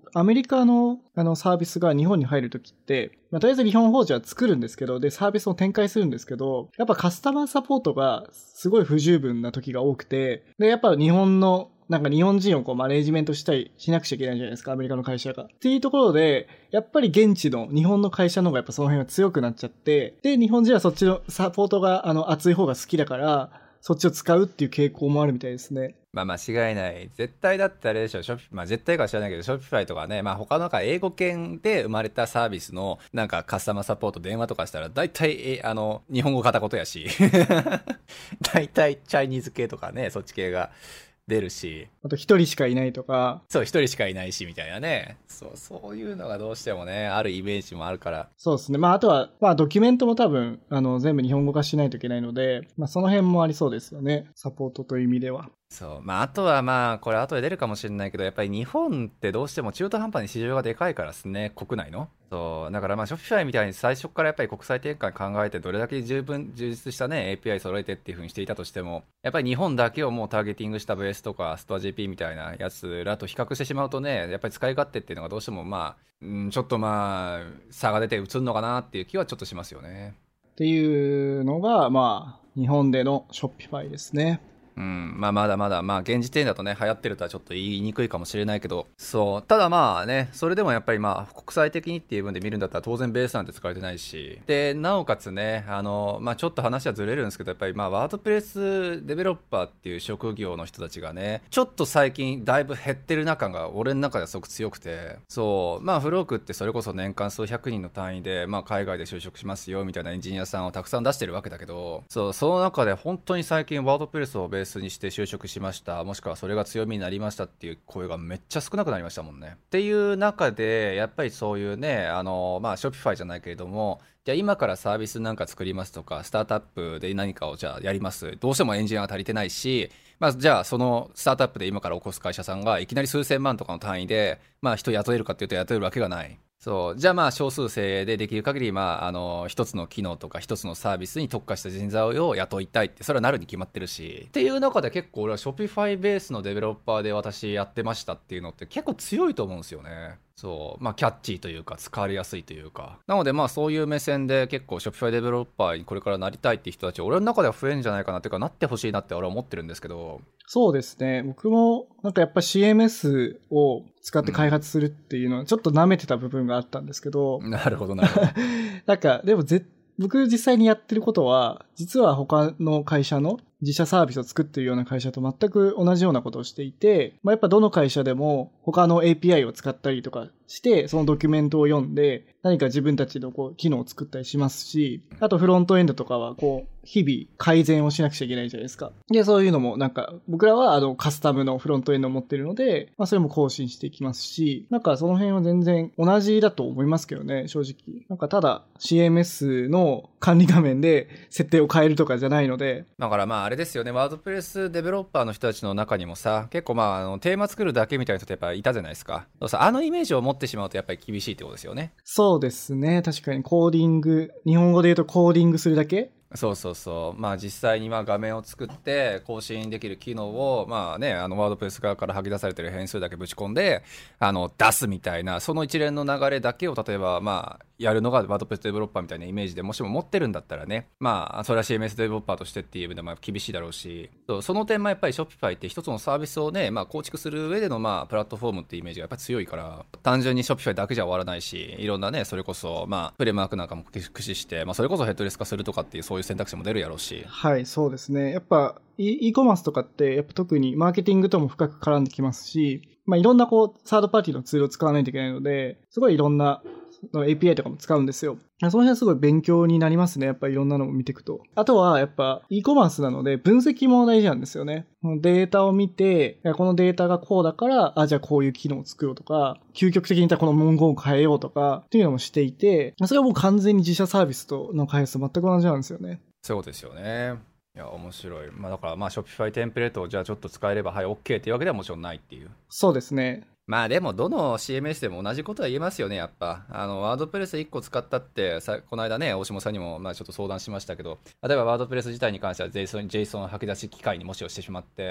アメリカのあのサービスが日本に入るときって、まあ、とりあえず日本法人は作るんですけど、で、サービスを展開するんですけど、やっぱカスタマーサポートがすごい不十分な時が多くて、で、やっぱ日本のなんか日本人をこうマネージメントしたりしなくちゃいけないじゃないですか、アメリカの会社が。っていうところで、やっぱり現地の日本の会社の方がやっぱその辺は強くなっちゃって、で、日本人はそっちのサポートがあの熱い方が好きだから、そっちを使うっていう傾向もあるみたいですね。 まあ間違いない。絶対だってあれでしょ、ショピ、まあ絶対かは知らないけど、ショピファイとかね、まあ他のなんか英語圏で生まれたサービスのなんかカスタマーサポート電話とかしたら、大体、え、あの、日本語片言やし、大体チャイニーズ系とかね、そっち系が出るし。 あと一人しかいないとか。 そう、一人しかいないし、みたいなね。そう、そういうのがどうしてもね、あるイメージもあるから。 そうですね。まああとは、まあドキュメントも多分、あの、全部日本語化しないといけないので、まあその辺もありそうですよね。サポートという意味では。 そう。まあ、あとはまあ、これ後で出るかもしれないけど、やっぱり日本ってどうしても中途半端に市場がでかいからですね、国内の。そう。だからまあ、ショピファイみたいに最初からやっぱり国際展開考えて、どれだけ十分、充実したね、エーピーアイ 揃えてっていう風にしていたとしても、やっぱり日本だけをもうターゲティングしたベースとか、ストア ジェーピー みたいなやつらと比較してしまうとね、やっぱり使い勝手っていうのがどうしてもまあ、うん、ちょっとまあ、差が出て映るのかなっていう気はちょっとしますよね。 っていうのが、まあ、日本でのショピファイですね。 うん、まあまだまだ、まあ現時点だとね、流行ってるとはちょっと言いにくいかもしれないけど、そう、ただまあね、それでもやっぱりまあ国際的にっていう分で見るんだったら当然ベースなんて使われてないし、で、なおかつね、あの、まあちょっと話はずれるんですけど、やっぱりまあワードプレスデベロッパーっていう職業の人たちがね、ちょっと最近だいぶ減ってる中が俺の中ではすごく強くて、そう、まあフロークってそれこそ年間数百人の単位で、まあ海外で就職しますよみたいなエンジニアさんをたくさん出してるわけだけど、そう、その中で本当に最近ワードプレスをベースにして就職しました、もしくはそれが強みになりましたっていう声がめっちゃ少なくなりましたもんね。っていう中でやっぱりそういうね、あのまあショピファイじゃないけれども、じゃあ今からサービスなんか作りますとか、スタートアップで何かをじゃあやります、どうしてもエンジニアが足りてないし、まあ、じゃあそのスタートアップで今から起こす会社さんがいきなり数千万とかの単位でまあ人雇えるかっていうと雇えるわけがない。そう。じゃあまあ少数精鋭でできる限り、まあ、あの、一つの機能とか一つのサービスに特化した人材を雇いたいって、それはなるに決まってるし。っていう中で結構俺は Shopify ベースのデベロッパーで私やってましたっていうのって結構強いと思うんですよね。そう。まあ、キャッチーというか、使われやすいというか。なのでまあ、そういう目線で結構 Shopify デベロッパーにこれからなりたいっていう人たち、俺の中では増えるんじゃないかなっていうか、なってほしいなって俺は思ってるんですけど。 そうですね。僕もなんかやっぱ シーエムエス を使って開発するっていうのはちょっと舐めてた部分があったんですけど。 うん、なるほどなるほど。 なんかでもぜ僕実際にやってることは、実は他の会社の自社サービスを作っているような会社と全く同じようなことをしていて、まあ、やっぱどの会社でも他の エーピーアイ を使ったりとかして、そのドキュメントを読んで、何か自分たちのこう機能を作ったりしますし、あとフロントエンドとかはこう、日々改善をしなくちゃいけないじゃないですか。で、そういうのもなんか、僕らはあのカスタムのフロントエンドを持ってるので、まあそれも更新していきますし、なんかその辺は全然同じだと思いますけどね、正直。なんかただ シーエムエス の管理画面で設定を変えるとかじゃないので。 だからまああれですよね、ワードプレスデベロッパーの人たちの中にもさ、結構まああのテーマ作るだけみたいな人ってやっぱいたじゃないですか。そうさ、あのイメージを持ってしまうとやっぱり厳しいってことですよね。 そうですね、確かにコーディング、日本語で言うとコーディングするだけ。 そうそうそう。まあ実際にまあ画面を作って更新できる機能をまあね、あのワードプレス側から吐き出されてる変数だけぶち込んで、あの出すみたいな、その一連の流れだけを例えばまあやるのがワードプレスデベロッパーみたいなイメージでもしも持ってるんだったらね、まあそれは シーエムエス デベロッパーとしてっていう意味でも厳しいだろうし、その点もやっぱり Shopify って一つのサービスをね、まあ構築する上でのまあプラットフォームっていうイメージがやっぱり強いから、単純に Shopify だけじゃ終わらないし、いろんなね、それこそまあフレームワークなんかも駆使して、まあそれこそヘッドレス化するとかっていうそういう選択肢も出るやろうし。 はい、そうですね。やっぱ e, e コマースとかってやっぱ特にマーケティングとも深く絡んできますし、まあいろんなこうサードパーティーのツールを使わないといけないので、すごいいろんな エーピーアイ とかも使うんですよ。その辺はすごい勉強になりますね。やっぱりいろんなのを見ていくと。あとはやっぱ e コマースなので分析も大事なんですよね。データを見て、このデータがこうだから、あ、じゃあこういう機能を作ろうとか、究極的に言ったらこの文言を変えようとかっていうのもしていて、それはもう完全に自社サービスとの開発と全く同じなんですよね。 そういうことですよね。いや面白い。まあだからまあ Shopify テンプレートをじゃあちょっと使えればはい OK っていうわけではもちろんないっていう。 そうですね。 まあでもどの シーエムエス でも同じことは言えますよね、やっぱ。あのワードプレスいっこ使ったってさ、この間ね大下さんにもまあちょっと相談しましたけど、例えばワードプレス自体に関しては JSON, JSON 吐き出し機械にもしをしてしまって、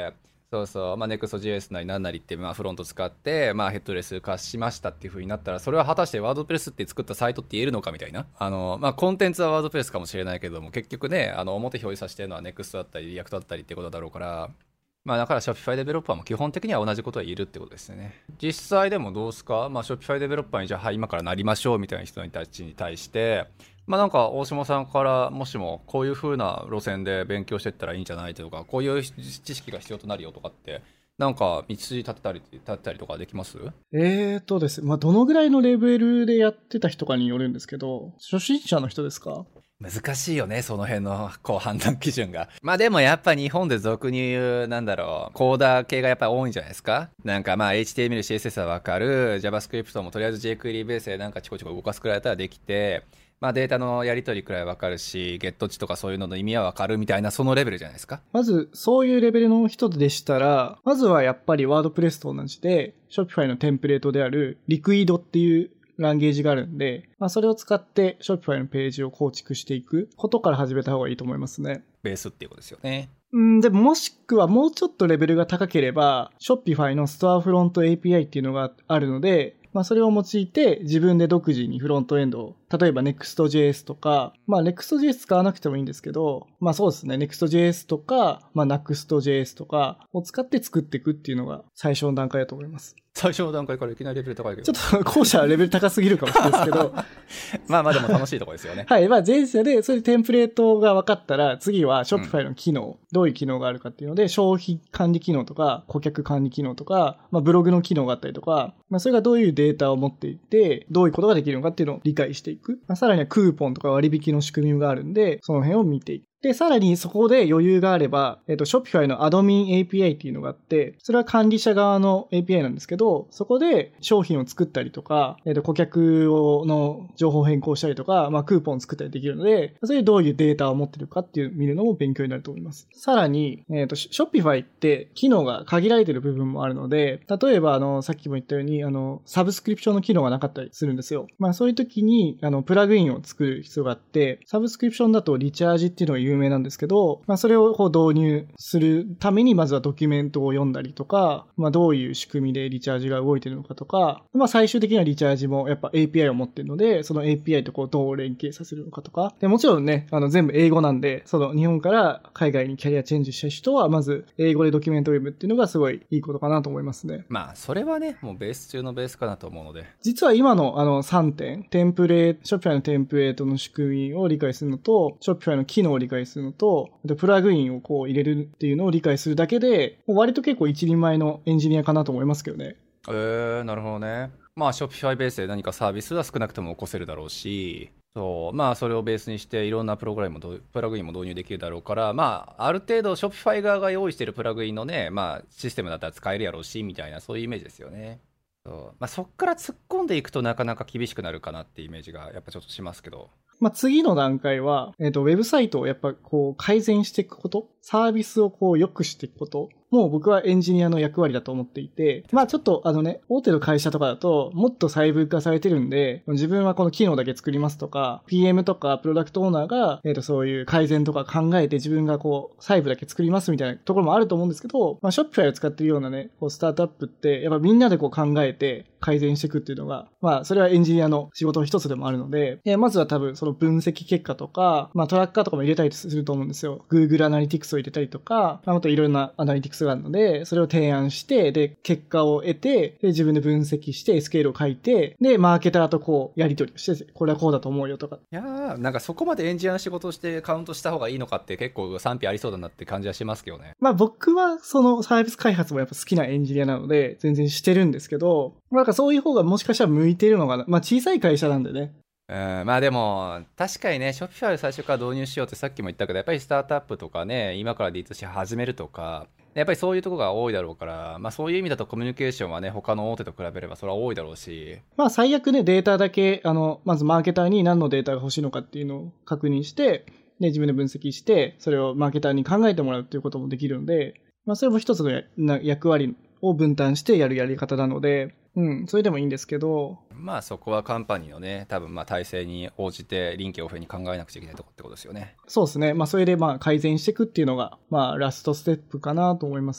そうそう、まあ、Next.js なりなんなりって、まあ、フロント使って、まあ、ヘッドレス化しましたっていう風になったら、それは果たしてワードプレスって作ったサイトって言えるのかみたいな。あの、まあ、コンテンツはワードプレスかもしれないけども、結局ね、あの、表表示させてるのは Next だったり、リアクトだったりってことだろうから、まあ、だから Shopify デベロッパーも基本的には同じことは言えるってことですよね。実際でもどうすか、まあ、Shopify デベロッパーにじゃあ、はい、今からなりましょうみたいな人たちに対して、まあなんか大下さんからもしもこういう風な路線で勉強していったらいいんじゃないとか、こういう知識が必要となるよとかって、なんか道筋立てたり、立てたりとかできます？ えーとですね、まあどのぐらいのレベルでやってた人かによるんですけど、初心者の人ですか？ 難しいよね、その辺のこう判断基準が。まあでもやっぱ日本で俗に言う、なんだろう、コーダー系がやっぱり多いんじゃないですか。なんかまあ エイチティーエムエル、シーエスエス はわかる、JavaScript もとりあえず jQuery ベースでなんかちこちこ動かすくらいだったらできて、まあデータのやり取りくらいわかるし、ゲット値とかそういうのの意味はわかるみたいな、そのレベルじゃないですか。 まず、そういうレベルの人でしたら、まずはやっぱりワードプレスと同じで、Shopify のテンプレートである Liquid っていうランゲージがあるんで、まあそれを使って Shopify のページを構築していくことから始めた方がいいと思いますね。 ベースっていうことですよね。 うん、でももしくはもうちょっとレベルが高ければ、Shopify のストアフロント エーピーアイ っていうのがあるので、まあそれを用いて自分で独自にフロントエンドを、例えば Next.js とか、まあ Next.js 使わなくてもいいんですけど、まあそうですね、Next.js とか、まあ Next.js とかを使って作っていくっていうのが最初の段階だと思います。 最初の段階からいきなりレベル高いけど。 ちょっと後者はレベル高すぎるかもしれないですけど。 まあまあでも楽しいところですよね。 はい。まあ前者で、それでテンプレートが分かったら、次は Shopify の機能、うん、どういう機能があるかっていうので、消費管理機能とか、顧客管理機能とか、まあブログの機能があったりとか、まあそれがどういうデータを持っていて、どういうことができるのかっていうのを理解していく。まあ、さらにはクーポンとか割引の仕組みがあるんで、その辺を見ていく。で、さらにそこで余裕があれば、えっと、Shopify のアドミン エーピーアイ っていうのがあって、それは管理者側の エーピーアイ なんですけど、そこで商品を作ったりとか、えっと、顧客をの情報変更したりとか、まあ、クーポンを作ったりできるので、それでどういうデータを持ってるかっていう見るのも勉強になると思います。さらに、えっと、Shopify って機能が限られてる部分もあるので、例えば、あの、さっきも言ったように、あの、サブスクリプションの機能がなかったりするんですよ。まあ、そういう時に、あの、プラグインを作る必要があって、サブスクリプションだとリチャージっていうのが有名なんですけど、まあ、それをこう導入するためにまずはドキュメントを読んだりとか、まあ、どういう仕組みでリチャージが動いてるのかとか、まあ、最終的にはリチャージもやっぱ エーピーアイ を持ってるので、その エーピーアイ とこうどう連携させるのかとか、でもちろんね、あの全部英語なんで、その日本から海外にキャリアチェンジした人はまず英語でドキュメントを読むっていうのがすごいいいことかなと思いますね。 まあそれはね、もうベース中のベースかなと思うので、 実は今のあのさんてん、テンプレート、Shopify のテンプレートの仕組みを理解するのと、Shopify の機能を理解するのと、プラグインをこう入れるっていうのを理解するだけで、もう割と結構一人前のエンジニアかなと思いますけどね。 えー、なるほどね。まあ Shopify ベースで何かサービスは少なくとも起こせるだろうし、そうまあそれをベースにしていろんなプログラムもプラグインも導入できるだろうから、まあある程度 Shopify 側が用意しているプラグインのね、まあシステムだったら使えるやろうしみたいな、そういうイメージですよね。そうまあ、そっから突っ込んでいくとなかなか厳しくなるかなっていうイメージがやっぱちょっとしますけど。 まあ、次の段階は、えっと、ウェブサイトをやっぱこう改善していくこと、サービスをこう良くしていくこと、もう僕はエンジニアの役割だと思っていて、まあちょっとあのね、大手の会社とかだともっと細分化されてるんで、自分はこの機能だけ作りますとか、ピーエム とかプロダクトオーナーが、えっと、そういう改善とか考えて自分がこう細部だけ作りますみたいなところもあると思うんですけど、まあ Shopify を使ってるようなね、こうスタートアップってやっぱみんなでこう考えて改善していくっていうのが、まあそれはエンジニアの仕事の一つでもあるので、えまずは多分その分析結果とか、まあトラッカーとかも入れたりすると思うんですよ。Google アナリティクスを入れたりとか、まあ、あといろんなアナリティクスがあるので、それを提案して、で、結果を得て、で、自分で分析して、エスケールを書いて、で、マーケターとこう、やり取りをして、これはこうだと思うよとか。 いやー、なんかそこまでエンジニアの仕事をしてカウントした方がいいのかって結構賛否ありそうだなって感じはしますけどね。 まあ僕はそのサービス開発もやっぱ好きなエンジニアなので、全然してるんですけど、なんかそういう方がもしかしたら向いてるのかな。まあ小さい会社なんでね。 うん、まあでも確かにね、Shopify を最初から導入しようってさっきも言ったけど、やっぱりスタートアップとかね、今から ディーツーシー 始めるとか、やっぱりそういうところが多いだろうから、まあそういう意味だとコミュニケーションはね、他の大手と比べればそれは多いだろうし。 まあ最悪ね、データだけ、あの、まずマーケターに何のデータが欲しいのかっていうのを確認して、で、自分で分析して、それをマーケターに考えてもらうっていうこともできるので、まあそれも一つの役割を分担してやるやり方なので、うん、それでもいいんですけど、 まあそこはカンパニーのね、多分まあ体制に応じて臨機応変に考えなくちゃいけないところってことですよね。 そうですね。まあそれでまあ改善していくっていうのが、まあラストステップかなと思いますね。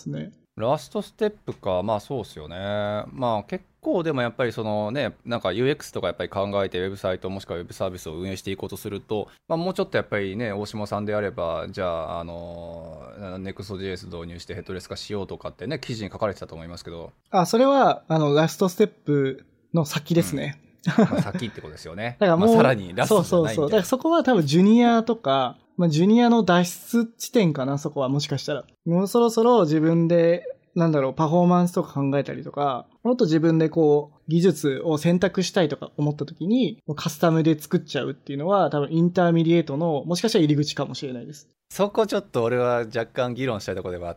ラストステップか、まあそうっすよね。まあ結構でもやっぱりそのね、なんか ユーエックス とかやっぱり考えてウェブサイトもしくはウェブサービスを運営していこうとすると、まあもうちょっとやっぱりね、大島さんであれば、じゃあ、あの、ネクストジェイエス 導入してヘッドレス化しようとかってね、記事に書かれてたと思いますけど、 あ、それは、あの、ラストステップの先でうん。 すね。 まあ先ってことですよね。 だからまあさもう、 らにラスそうトじゃそうそう。だからないみたいな。 そこは多分ジュニアとか、まあジュニアの脱出地点かな、そこはもしかしたら。もうそろそろ自分で、なんだろう、パフォーマンスとか考えたりとか、もっと自分でこう、技術を選択したいとか思った時に、カスタムで作っちゃうっていうのは、多分インターミディエートの、もしかしたら入り口かもしれないです。 そこちょっと俺は若干議論したいところではあって、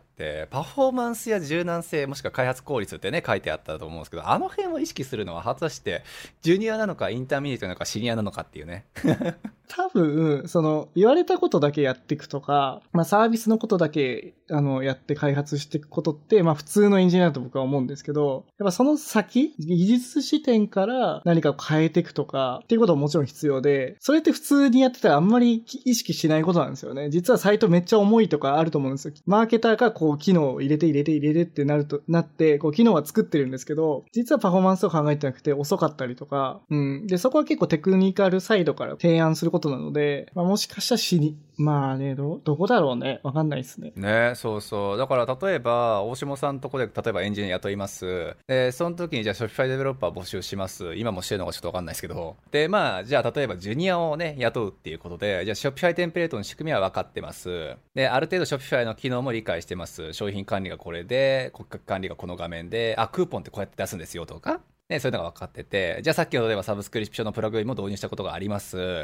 パフォーマンスや柔軟性、もしくは開発効率ってね、書いてあったと思うんですけど、あの辺を意識するのは果たして、ジュニアなのか、インターミディエイトなのか、シニアなのかっていうね。 多分、その、言われたことだけやっていくとか、まあサービスのことだけ、あの、やって開発していくことって、まあ普通のエンジニアだと僕は思うんですけど、やっぱその先、技術視点から何かを変えていくとか、っていうことももちろん必要で、それって普通にやってたらあんまり意識しないことなんですよね。実はサイトめっちゃ重いとかあると思うんですよ。マーケターがこう、機能を入れて入れて入れてってなると、なって、こう、機能は作ってるんですけど、実はパフォーマンスを考えてなくて遅かったりとか、うん。で、そこは結構テクニカルサイドから提案することなので、まあ、もしかしたら死に、まあね、ど、どこだろうね。わかんないですね。 ね、そうそう。だから例えば、大下さんのとこで、例えばエンジニア雇います。で、その時にじゃあ、Shopify デベロッパー募集します。今もしてるのかちょっとわかんないですけど。で、まあ、じゃあ、例えば、ジュニアをね、雇うっていうことで、じゃあ、Shopify テンプレートの仕組みは分かってます。で、ある程度 Shopify の機能も理解してます。商品管理がこれで、顧客管理がこの画面で、あ、クーポンってこうやって出すんですよとか。ね、そういうのが分かってて、じゃあさっきの例えばサブスクリプションのプラグインも導入したことがあります。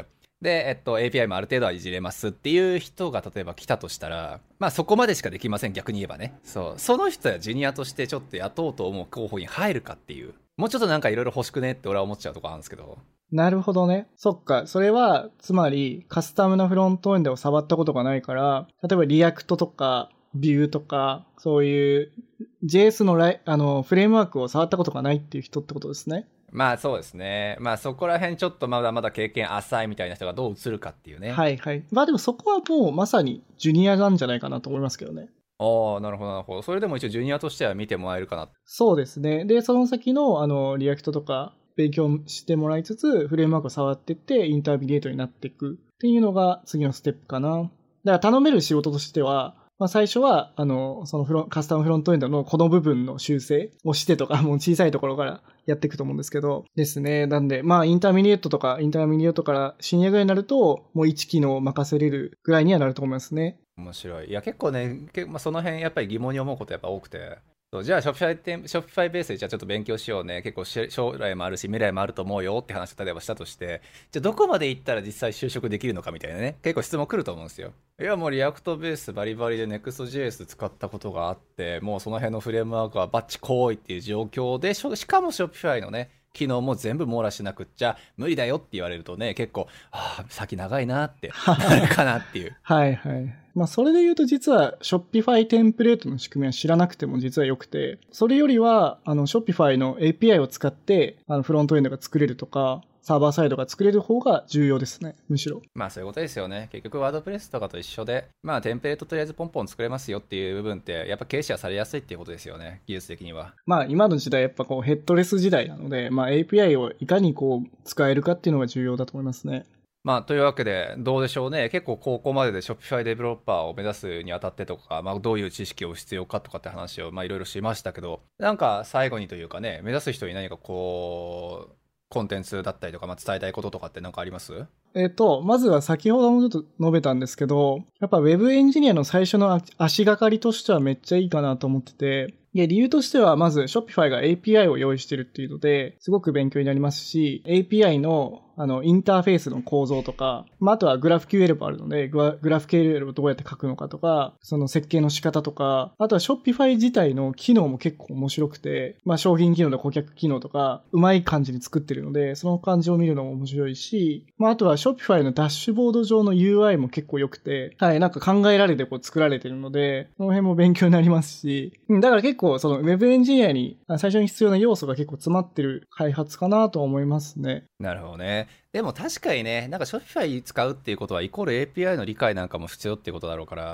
で、えっと、エーピーアイ もある程度はいじれますっていう人が例えば来たとしたら、まあそこまでしかできません、逆に言えばね。そう。その人やジュニアとしてちょっと雇おうと思う候補に入るかっていう。もうちょっとなんかいろいろ欲しくねって俺は思っちゃうとこあるんですけど。 なるほどね。そっか。それは、つまり、カスタムなフロントエンドを触ったことがないから、例えばリアクトとか、ビューとか、そういう ジェイエス のライあのフレームワークを触ったことがないっていう人ってことですね。 まあそうですね。まあそこら辺ちょっとまだまだ経験浅いみたいな人がどう映るかっていうね。 はいはい。まあでもそこはもうまさにジュニアなんじゃないかなと思いますけどね。 ああ、なるほどなるほど。それでも一応ジュニアとしては見てもらえるかな。 そうですね。で、その先の、あの、リアクトとか勉強してもらいつつ、フレームワークを触っていって、インターミディエートになっていくっていうのが次のステップかな。だから頼める仕事としては、まあ最初は、あの、そのフロンカスタムフロントエンドのこの部分の修正をしてとか、もう小さいところからやっていくと思うんですけど、ですね。なんで、まあインターミディエートとか、インターミディエートからシニアぐらいになると、もういち機能任せれるぐらいにはなると思いますね。 面白い。いや結構ね、けまあ、その辺やっぱり疑問に思うことやっぱ多くて。そうじゃあ、ショッピファイて、ショッピファイベースでじゃあちょっと勉強しようね。結構し将来もあるし、未来もあると思うよって話を例えばしたとして、じゃあどこまで行ったら実際就職できるのかみたいなね。結構質問来ると思うんですよ。いや、もうリアクトベースバリバリで ネクストジェイエス 使ったことがあって、もうその辺のフレームワークはバッチコーイっていう状況で、しょしかもショッピファイのね、機能も全部網羅しなくっちゃ無理だよって言われるとね、結構、ああ、先長いなってなるかなっていう。 はいはい。まあそれで言うと実は Shopify テンプレートの仕組みは知らなくても実は良くて、それよりはあの Shopify の エーピーアイ を使ってあのフロントエンドが作れるとか、サーバーサイドが作れる方が重要ですね、むしろ。 まあそういうことですよね。結局ワードプレスとかと一緒で、まあテンプレートとりあえずポンポン作れますよっていう部分って、やっぱ軽視はされやすいっていうことですよね。技術的には。 まあ今の時代やっぱこうヘッドレス時代なので、まあ エーピーアイ をいかにこう使えるかっていうのが重要だと思いますね。 まあというわけで、どうでしょうね。結構高校までで Shopify デベロッパーを目指すにあたってとか、まあどういう知識を必要かとかって話をまあいろいろしましたけど、なんか最後にというかね、目指す人に何かこう、コンテンツだったりとか、まあ、伝えたいこととかって何かあります？ えっと、まずは先ほどもちょっと述べたんですけど、やっぱ Web エンジニアの最初の足がかりとしてはめっちゃいいかなと思ってて、で、理由としては、まず、Shopify が エーピーアイ を用意してるっていうので、すごく勉強になりますし、エーピーアイ の、あの、インターフェースの構造とか、まあ、あとは GraphQL もあるので、GraphQL をどうやって書くのかとか、その設計の仕方とか、あとは Shopify 自体の機能も結構面白くて、まあ、商品機能と顧客機能とか、うまい感じに作ってるので、その感じを見るのも面白いし、まあ、あとは Shopify のダッシュボード上の ユーアイ も結構良くて、はい、なんか考えられてこう作られてるので、その辺も勉強になりますし、だから結構その Web エンジニアに最初に必要な要素が結構詰まってる開発かなと思いますね。 なるほどね。でも確かにね、なんか Shopify 使うっていうことはイコール エーピーアイ の理解なんかも必要っていうことだろうから、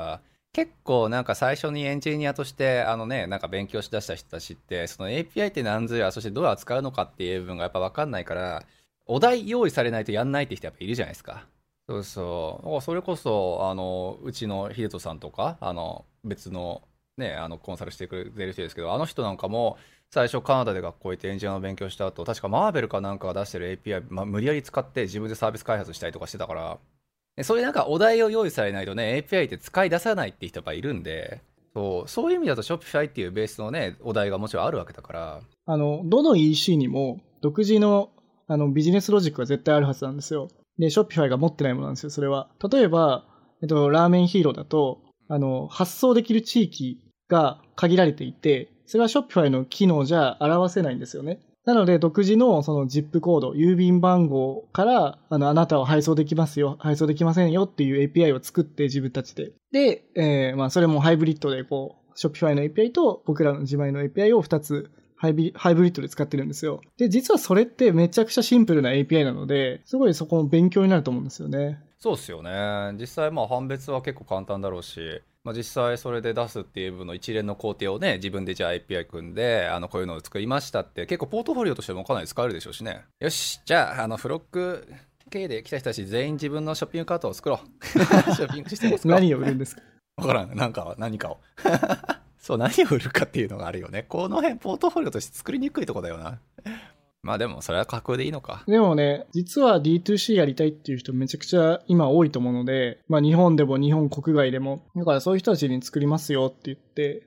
結構なんか最初にエンジニアとしてあのね、なんか勉強しだした人たちって、その エーピーアイ って何ぞや、そしてどう扱うのかっていう部分がやっぱ分かんないから、お題用意されないとやんないって人やっぱいるじゃないですか。そうそう。だからそれこそ、あの、うちの秀人さんとか、あの、別のね、あの、コンサルしてくれてる人ですけど、あの人なんかも、最初カナダで学校行ってエンジニアの勉強した後、確かマーベルかなんかが出してる エーピーアイ、まあ、無理やり使って自分でサービス開発したりとかしてたから、でそういうなんかお題を用意されないとね、エーピーアイ って使い出さないって人やっぱいるんで、そう、そういう意味だと Shopify っていうベースのね、お題がもちろんあるわけだから、 あの、どの イーシー にも独自のあのビジネスロジックが絶対あるはずなんですよ。で、Shopify が持ってないものなんですよ、それは。例えば、えっと、ラーメンヒーローだと、あの、発送できる地域が限られていて、それは Shopify の機能じゃ表せないんですよね。なので、独自のその ジップ コード、郵便番号から、あの、あなたは配送できますよ、配送できませんよっていう エーピーアイ を作って自分たちで。で、えー、まあ、それもハイブリッドで、こう、Shopify の エーピーアイ と僕らの自前の エーピーアイ をふたつハイビハイブリッドで使ってるんですよ。で、実はそれってめちゃくちゃシンプルな エーピーアイ なので、すごいそこも勉強になると思うんですよね。 そうっすよね。実際まあ判別は結構簡単だろうし、まあ、実際それで出すっていう部分の一連の工程をね、自分でじゃあ エーピーアイ 組んで、あの、こういうのを作りましたって、結構ポートフォリオとしてもかなり使えるでしょうしね。よし、じゃあ、あの、フロック系で来た人たち全員自分のショッピングカートを作ろう。ショッピングシステムを作ろう。 何を売るんですか？ わからん。なんか、何かを。そう、何を売るかっていうのがあるよね。この辺、ポートフォリオとして作りにくいとこだよな。まあでも、それは架空でいいのか。 でもね、実は ディーツーシー やりたいっていう人めちゃくちゃ今多いと思うので、まあ日本でも日本国外でも、だからそういう人たちに作りますよって言って、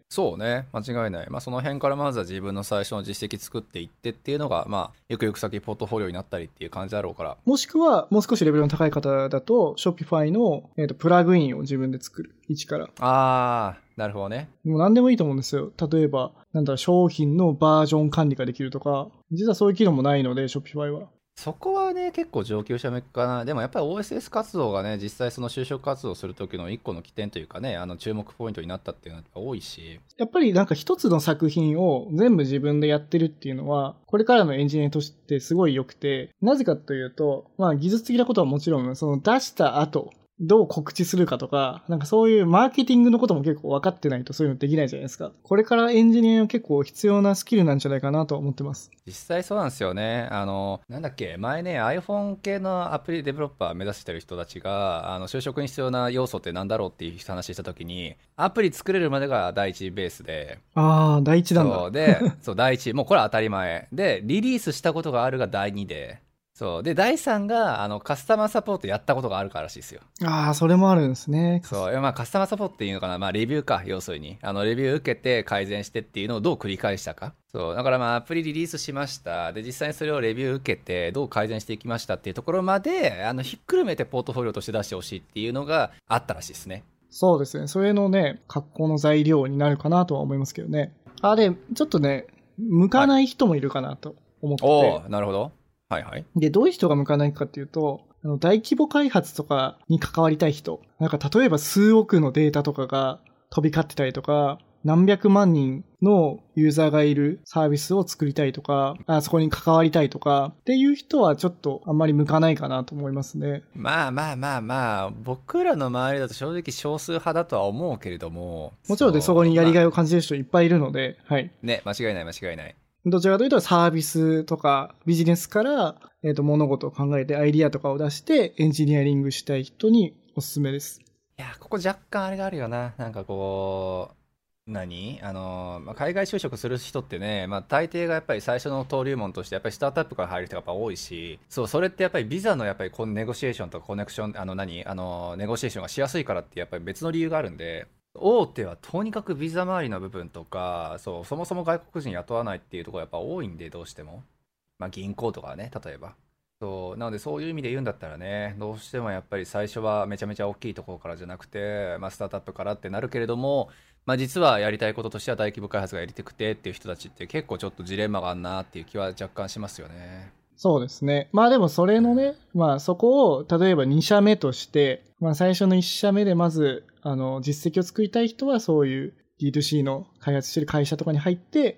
そうね、間違いない。まあその辺からまずは自分の最初の実績作っていってっていうのが、まあ、ゆくゆく先ポートフォリオになったりっていう感じだろうから。 もしくはもう少しレベルの高い方だと、Shopify の、えーと、プラグインを自分で作る。一から。 あー、なるほどね。 もう何でもいいと思うんですよ。例えば、なんだろう、商品のバージョン管理ができるとか、実はそういう機能もないので、Shopify は。 そこはね、結構上級者向けかな。でもやっぱり オーエスエス 活動がね、実際その就職活動する時の一個の起点というかね、あの注目ポイントになったっていうのは多いし。 やっぱりなんか一つの作品を全部自分でやってるっていうのは、これからのエンジニアとしてすごい良くて、なぜかというと、まあ技術的なことはもちろん、その出した後、どう告知するかとか、なんかそういうマーケティングのことも結構分かってないとそういうのできないじゃないですか。これからエンジニアは結構必要なスキルなんじゃないかなと思ってます。 実際そうなんですよね。あの、なんだっけ、前ね、iPhone 系のアプリデベロッパー目指してる人たちが、あの、就職に必要な要素ってなんだろうっていう話したときに、アプリ作れるまでが第一ベースで、 ああ、第一なんだ。 そうで、そう、第一、もうこれは当たり前。で、リリースしたことがあるが第二で、そう。で、だいさんが、あの、カスタマーサポートやったことがあるかららしいですよ。 ああ、それもあるんですね。 そう。まあ、カスタマーサポートっていうのかな。まあ、レビューか、要するに。あの、レビュー受けて改善してっていうのをどう繰り返したか。そう。だからまあ、アプリリリースしました。で、実際にそれをレビュー受けて、どう改善していきましたっていうところまで、あの、ひっくるめてポートフォリオとして出してほしいっていうのがあったらしいですね。 そうですね。それのね、格好の材料になるかなとは思いますけどね。あ、で、ちょっとね、向かない人もいるかなと思ってて。 はい、おー、なるほど。はいはい。 で、どういう人が向かないかっていうと、あの大規模開発とかに関わりたい人。なんか例えば数億のデータとかが飛び交ってたりとか、何百万人のユーザーがいるサービスを作りたいとか、あそこに関わりたいとかっていう人はちょっとあんまり向かないかなと思いますね。 まあまあまあまあ、僕らの周りだと正直少数派だとは思うけれども。 もちろんでそこにやりがいを感じる人いっぱいいるので、はい。 ね、間違いない間違いない。 どちらかというとサービスとかビジネスから、えーと、物事を考えてアイディアとかを出してエンジニアリングしたい人におすすめです。 いや、ここ若干あれがあるよな。なんかこう、何あの、まあ、海外就職する人ってね、まあ大抵がやっぱり最初の登竜門としてやっぱりスタートアップから入る人がやっぱ多いし、そう、それってやっぱりビザのやっぱりこのネゴシエーションとかコネクション、あの何あの、ネゴシエーションがしやすいからってやっぱり別の理由があるんで、大手はとにかくビザ周りの部分とか、そう、そもそも外国人雇わないっていうところがやっぱ多いんで、どうしても。まあ銀行とかね、例えば。そう、なのでそういう意味で言うんだったらね、どうしてもやっぱり最初はめちゃめちゃ大きいところからじゃなくて、まあスタートアップからってなるけれども、まあ実はやりたいこととしては大規模開発がやりたくてっていう人たちって結構ちょっとジレンマがあるなっていう気は若干しますよね。 そうですね。まあでもそれのね、まあそこを例えばに社目として、まあ最初のいち社目でまず、あの、実績を作りたい人はそういう ディーツーシー の開発してる会社とかに入って、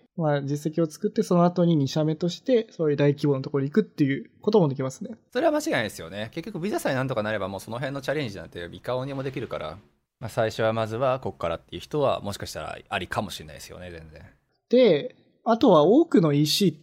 まあ実績を作ってその後にに社目としてそういう大規模なところに行くっていうこともできますね。 それは間違いないですよね。結局ビザさえなんとかなればもうその辺のチャレンジなんていかおにもできるから。 まあ、最初はまずはここからっていう人はもしかしたらありかもしれないですよね、全然。 で、あとは多くの イーシーって、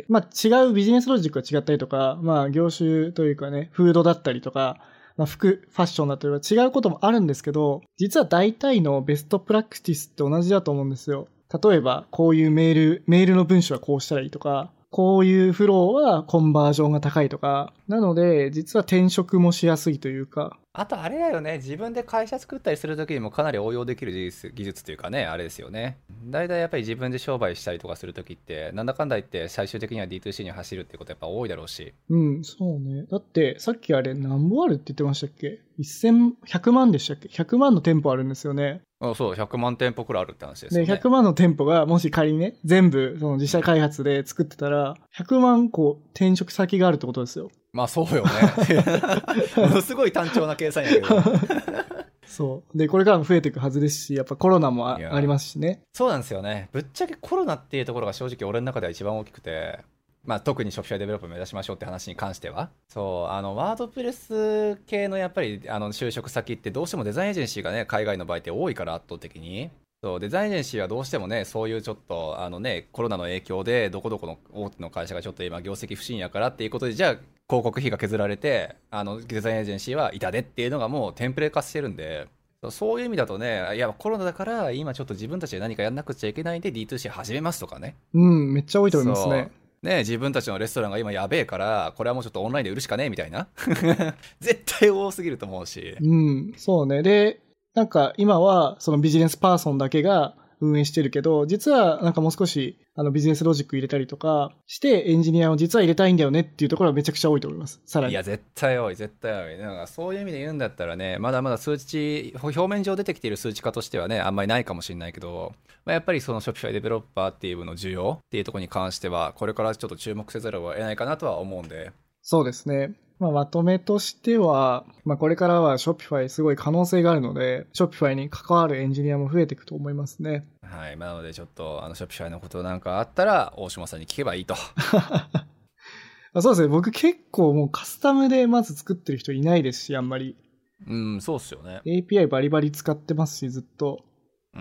まあ違うビジネスロジックが違ったりとか、まあ業種というかね、フードだったりとか、まあ服、ファッションだったりとか違うこともあるんですけど、実は大体のベストプラクティスって同じだと思うんですよ。例えば、こういうメール、メールの文章はこうしたらいいとか、こういうフローはコンバージョンが高いとか、なので、実は転職もしやすいというか。 あとあれだよね、自分で会社作ったりするときにもかなり応用できる技術、技術というかね、あれですよね。だいたいやっぱり自分で商売したりとかするときって、なんだかんだ言って最終的には ディーツーシー に走るっていうことやっぱ多いだろうし。 うん、そうね。だって、さっきあれ何本あるって言ってましたっけ？ せん、ひゃくまんでしたっけ？ ひゃく 万の店舗あるんですよね。 あ、そう、ひゃくまん店舗くらいあるって話ですよで、 ね。 ひゃくまんの店舗がもし仮にね、全部その自社開発で作ってたら、ひゃくまん個転職先があるってことですよ。 まあそうよね。ものすごい単調な計算やけど。 そう。で、これからも増えていくはずですし、やっぱコロナも あ, ありますしね。 そうなんですよね。ぶっちゃけコロナっていうところが正直俺の中では一番大きくて、まあ特にショッピファイデベロップを目指しましょうって話に関しては。そう、あの、ワードプレス系のやっぱりあの就職先ってどうしてもデザインエージェンシーがね、海外の場合って多いから圧倒的に。そうデザインエージェンシーはどうしてもね、そういうちょっとあの、ね、コロナの影響でどこどこの大手の会社がちょっと今業績不振やからっていうことで、じゃあ広告費が削られてあのデザインエージェンシーは痛手っていうのがもうテンプレ化してるんで、そういう意味だとね、いやコロナだから今ちょっと自分たちで何かやんなくちゃいけないんで ディーツーシー 始めますとかね。 うん、めっちゃ多いと思いますね。 ね、自分たちのレストランが今やべえからこれはもうちょっとオンラインで売るしかねえみたいな絶対多すぎると思うし。 うん、そうね。で、なんか今はそのビジネスパーソンだけが運営してるけど、実はなんかもう少しあのビジネスロジック入れたりとかしてエンジニアを実は入れたいんだよねっていうところはめちゃくちゃ多いと思います。さらに。 いや絶対多い絶対多い。なんかそういう意味で言うんだったらね、まだまだ数値表面上出てきている数値化としてはねあんまりないかもしれないけど、まあ、やっぱりその Shopify デベロッパーっていうの需要っていうところに関してはこれからちょっと注目せざるを得ないかなとは思うんで。 そうですね。まあ、まとめとしては、まあ、これからは Shopify すごい可能性があるので、Shopify に関わるエンジニアも増えていくと思いますね。 はい、なのでちょっとあの Shopify のことなんかあったら大島さんに聞けばいいと。 そうですね。僕結構もうカスタムでまず作ってる人いないですし、あんまり。 うん、そうっすよね。 エーピーアイ バリバリ使ってますし、ずっと。 うん。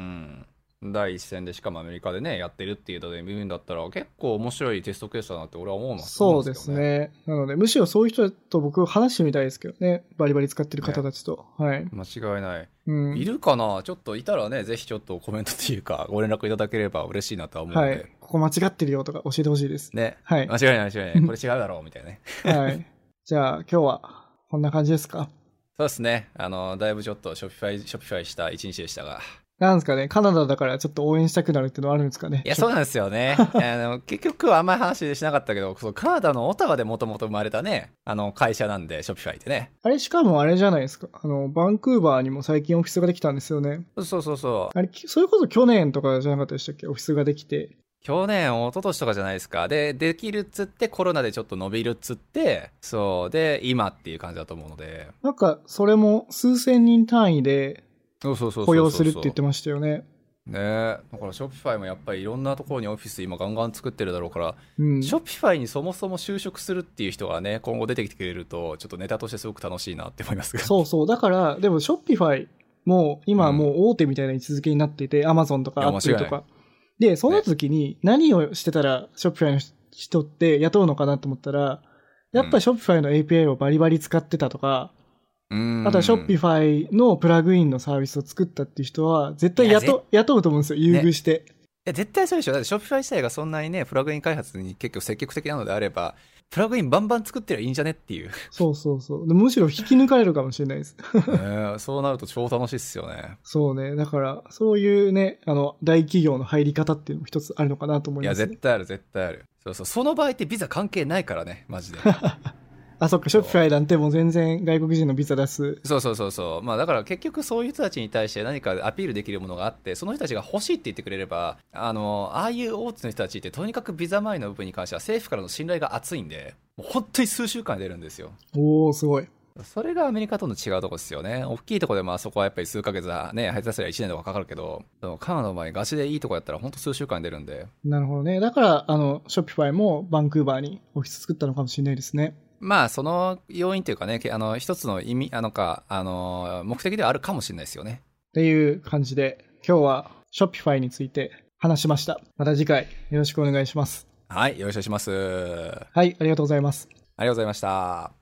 第一線でしかもアメリカでねやってるっていうので見るんだったら結構面白いテストケースだなって俺は思うの。 そうですね。なのでむしろそういう人と僕話してみたいですけどね、バリバリ使ってる方たちと、ね、はい、 間違いない、 うん、 いるかな。ちょっといたらねぜひちょっとコメントっていうかご連絡いただければ嬉しいなとは思うので、 はい、ここ間違ってるよとか教えてほしいですね。 はい、 間違いない間違いないこれ違うだろうみたいなねはいじゃあ今日はこんな感じですか。 そうですね。あのだいぶちょっとショピファイショピファイした一日でしたが、 なんですかね、カナダだからちょっと応援したくなるっていうのはあるんですかね。 いや、そうなんですよね。あの結局はあんまり話しなかったけど、カナダのオタワでもともと生まれたね、あの会社なんで、ショピファイってね。 あれ、しかもあれじゃないですか。あの、バンクーバーにも最近オフィスができたんですよね。 そうそうそう。 あれ、それこそ去年とかじゃなかったでしたっけ、オフィスができて。 去年、一昨年とかじゃないですか。で、できるっつって、コロナでちょっと伸びるっつって、そう。で、今っていう感じだと思うので。 なんか、それも数千人単位でそうそうそうそうそう雇用するって言ってましたよね。 ねえ、だからショピファイもやっぱりいろんなところにオフィス今ガンガン作ってるだろうから、 うん、 ショピファイにそもそも就職するっていう人がね今後出てきてくれるとちょっとネタとしてすごく楽しいなって思いますが。 そうそう。だからでもショピファイも今はもう大手みたいな位置づけになっていて、アマゾンとかアップルとかで、その時に何をしてたらショピファイの人って雇うのかなと思ったら、やっぱりショピファイの エーピーアイ をバリバリ使ってたとか、うん、あとはショピファイのプラグインのサービスを作ったっていう人は絶対雇雇うと思うんですよ、優遇して、ね、 いや絶対そうでしょ。だってショピファイ自体がそんなにねプラグイン開発に結構積極的なのであればプラグインバンバン作ってりゃいいんじゃねっていう。 そうそうそう。むしろ引き抜かれるかもしれないです、 ね、そうなると超楽しいっすよね。 そうね。だからそういうねあの大企業の入り方っていうのも一つあるのかなと思います、ね、 いや絶対ある絶対ある。そうそう、その場合ってビザ関係ないからねマジであ、そっか、ショピファイなんてもう全然外国人のビザ出す。 そうそうそうそう。まあだから結局そういう人たちに対して何かアピールできるものがあって、その人たちが欲しいって言ってくれれば、あの、ああいう大手の人たちってとにかくビザ周りの部分に関しては政府からの信頼が厚いんで、もう本当に数週間で出るんですよ。 おー、すごい。 それがアメリカとの違うとこですよね。大きいとこでまあそこはやっぱり数ヶ月はね、下手すりゃいちねんとかかかるけど、カナダの場合ガチでいいとこやったら本当数週間で出るんで。 なるほどね。だから、あの、ショピファイもバンクーバーにオフィス作ったのかもしれないですね。 まあその要因というかね、あの一つの意味あのかあの目的ではあるかもしれないですよね。 っていう感じで、今日は Shopify について話しました。また次回よろしくお願いします。 はい、よろしくお願いします。 はい、ありがとうございます。 ありがとうございました。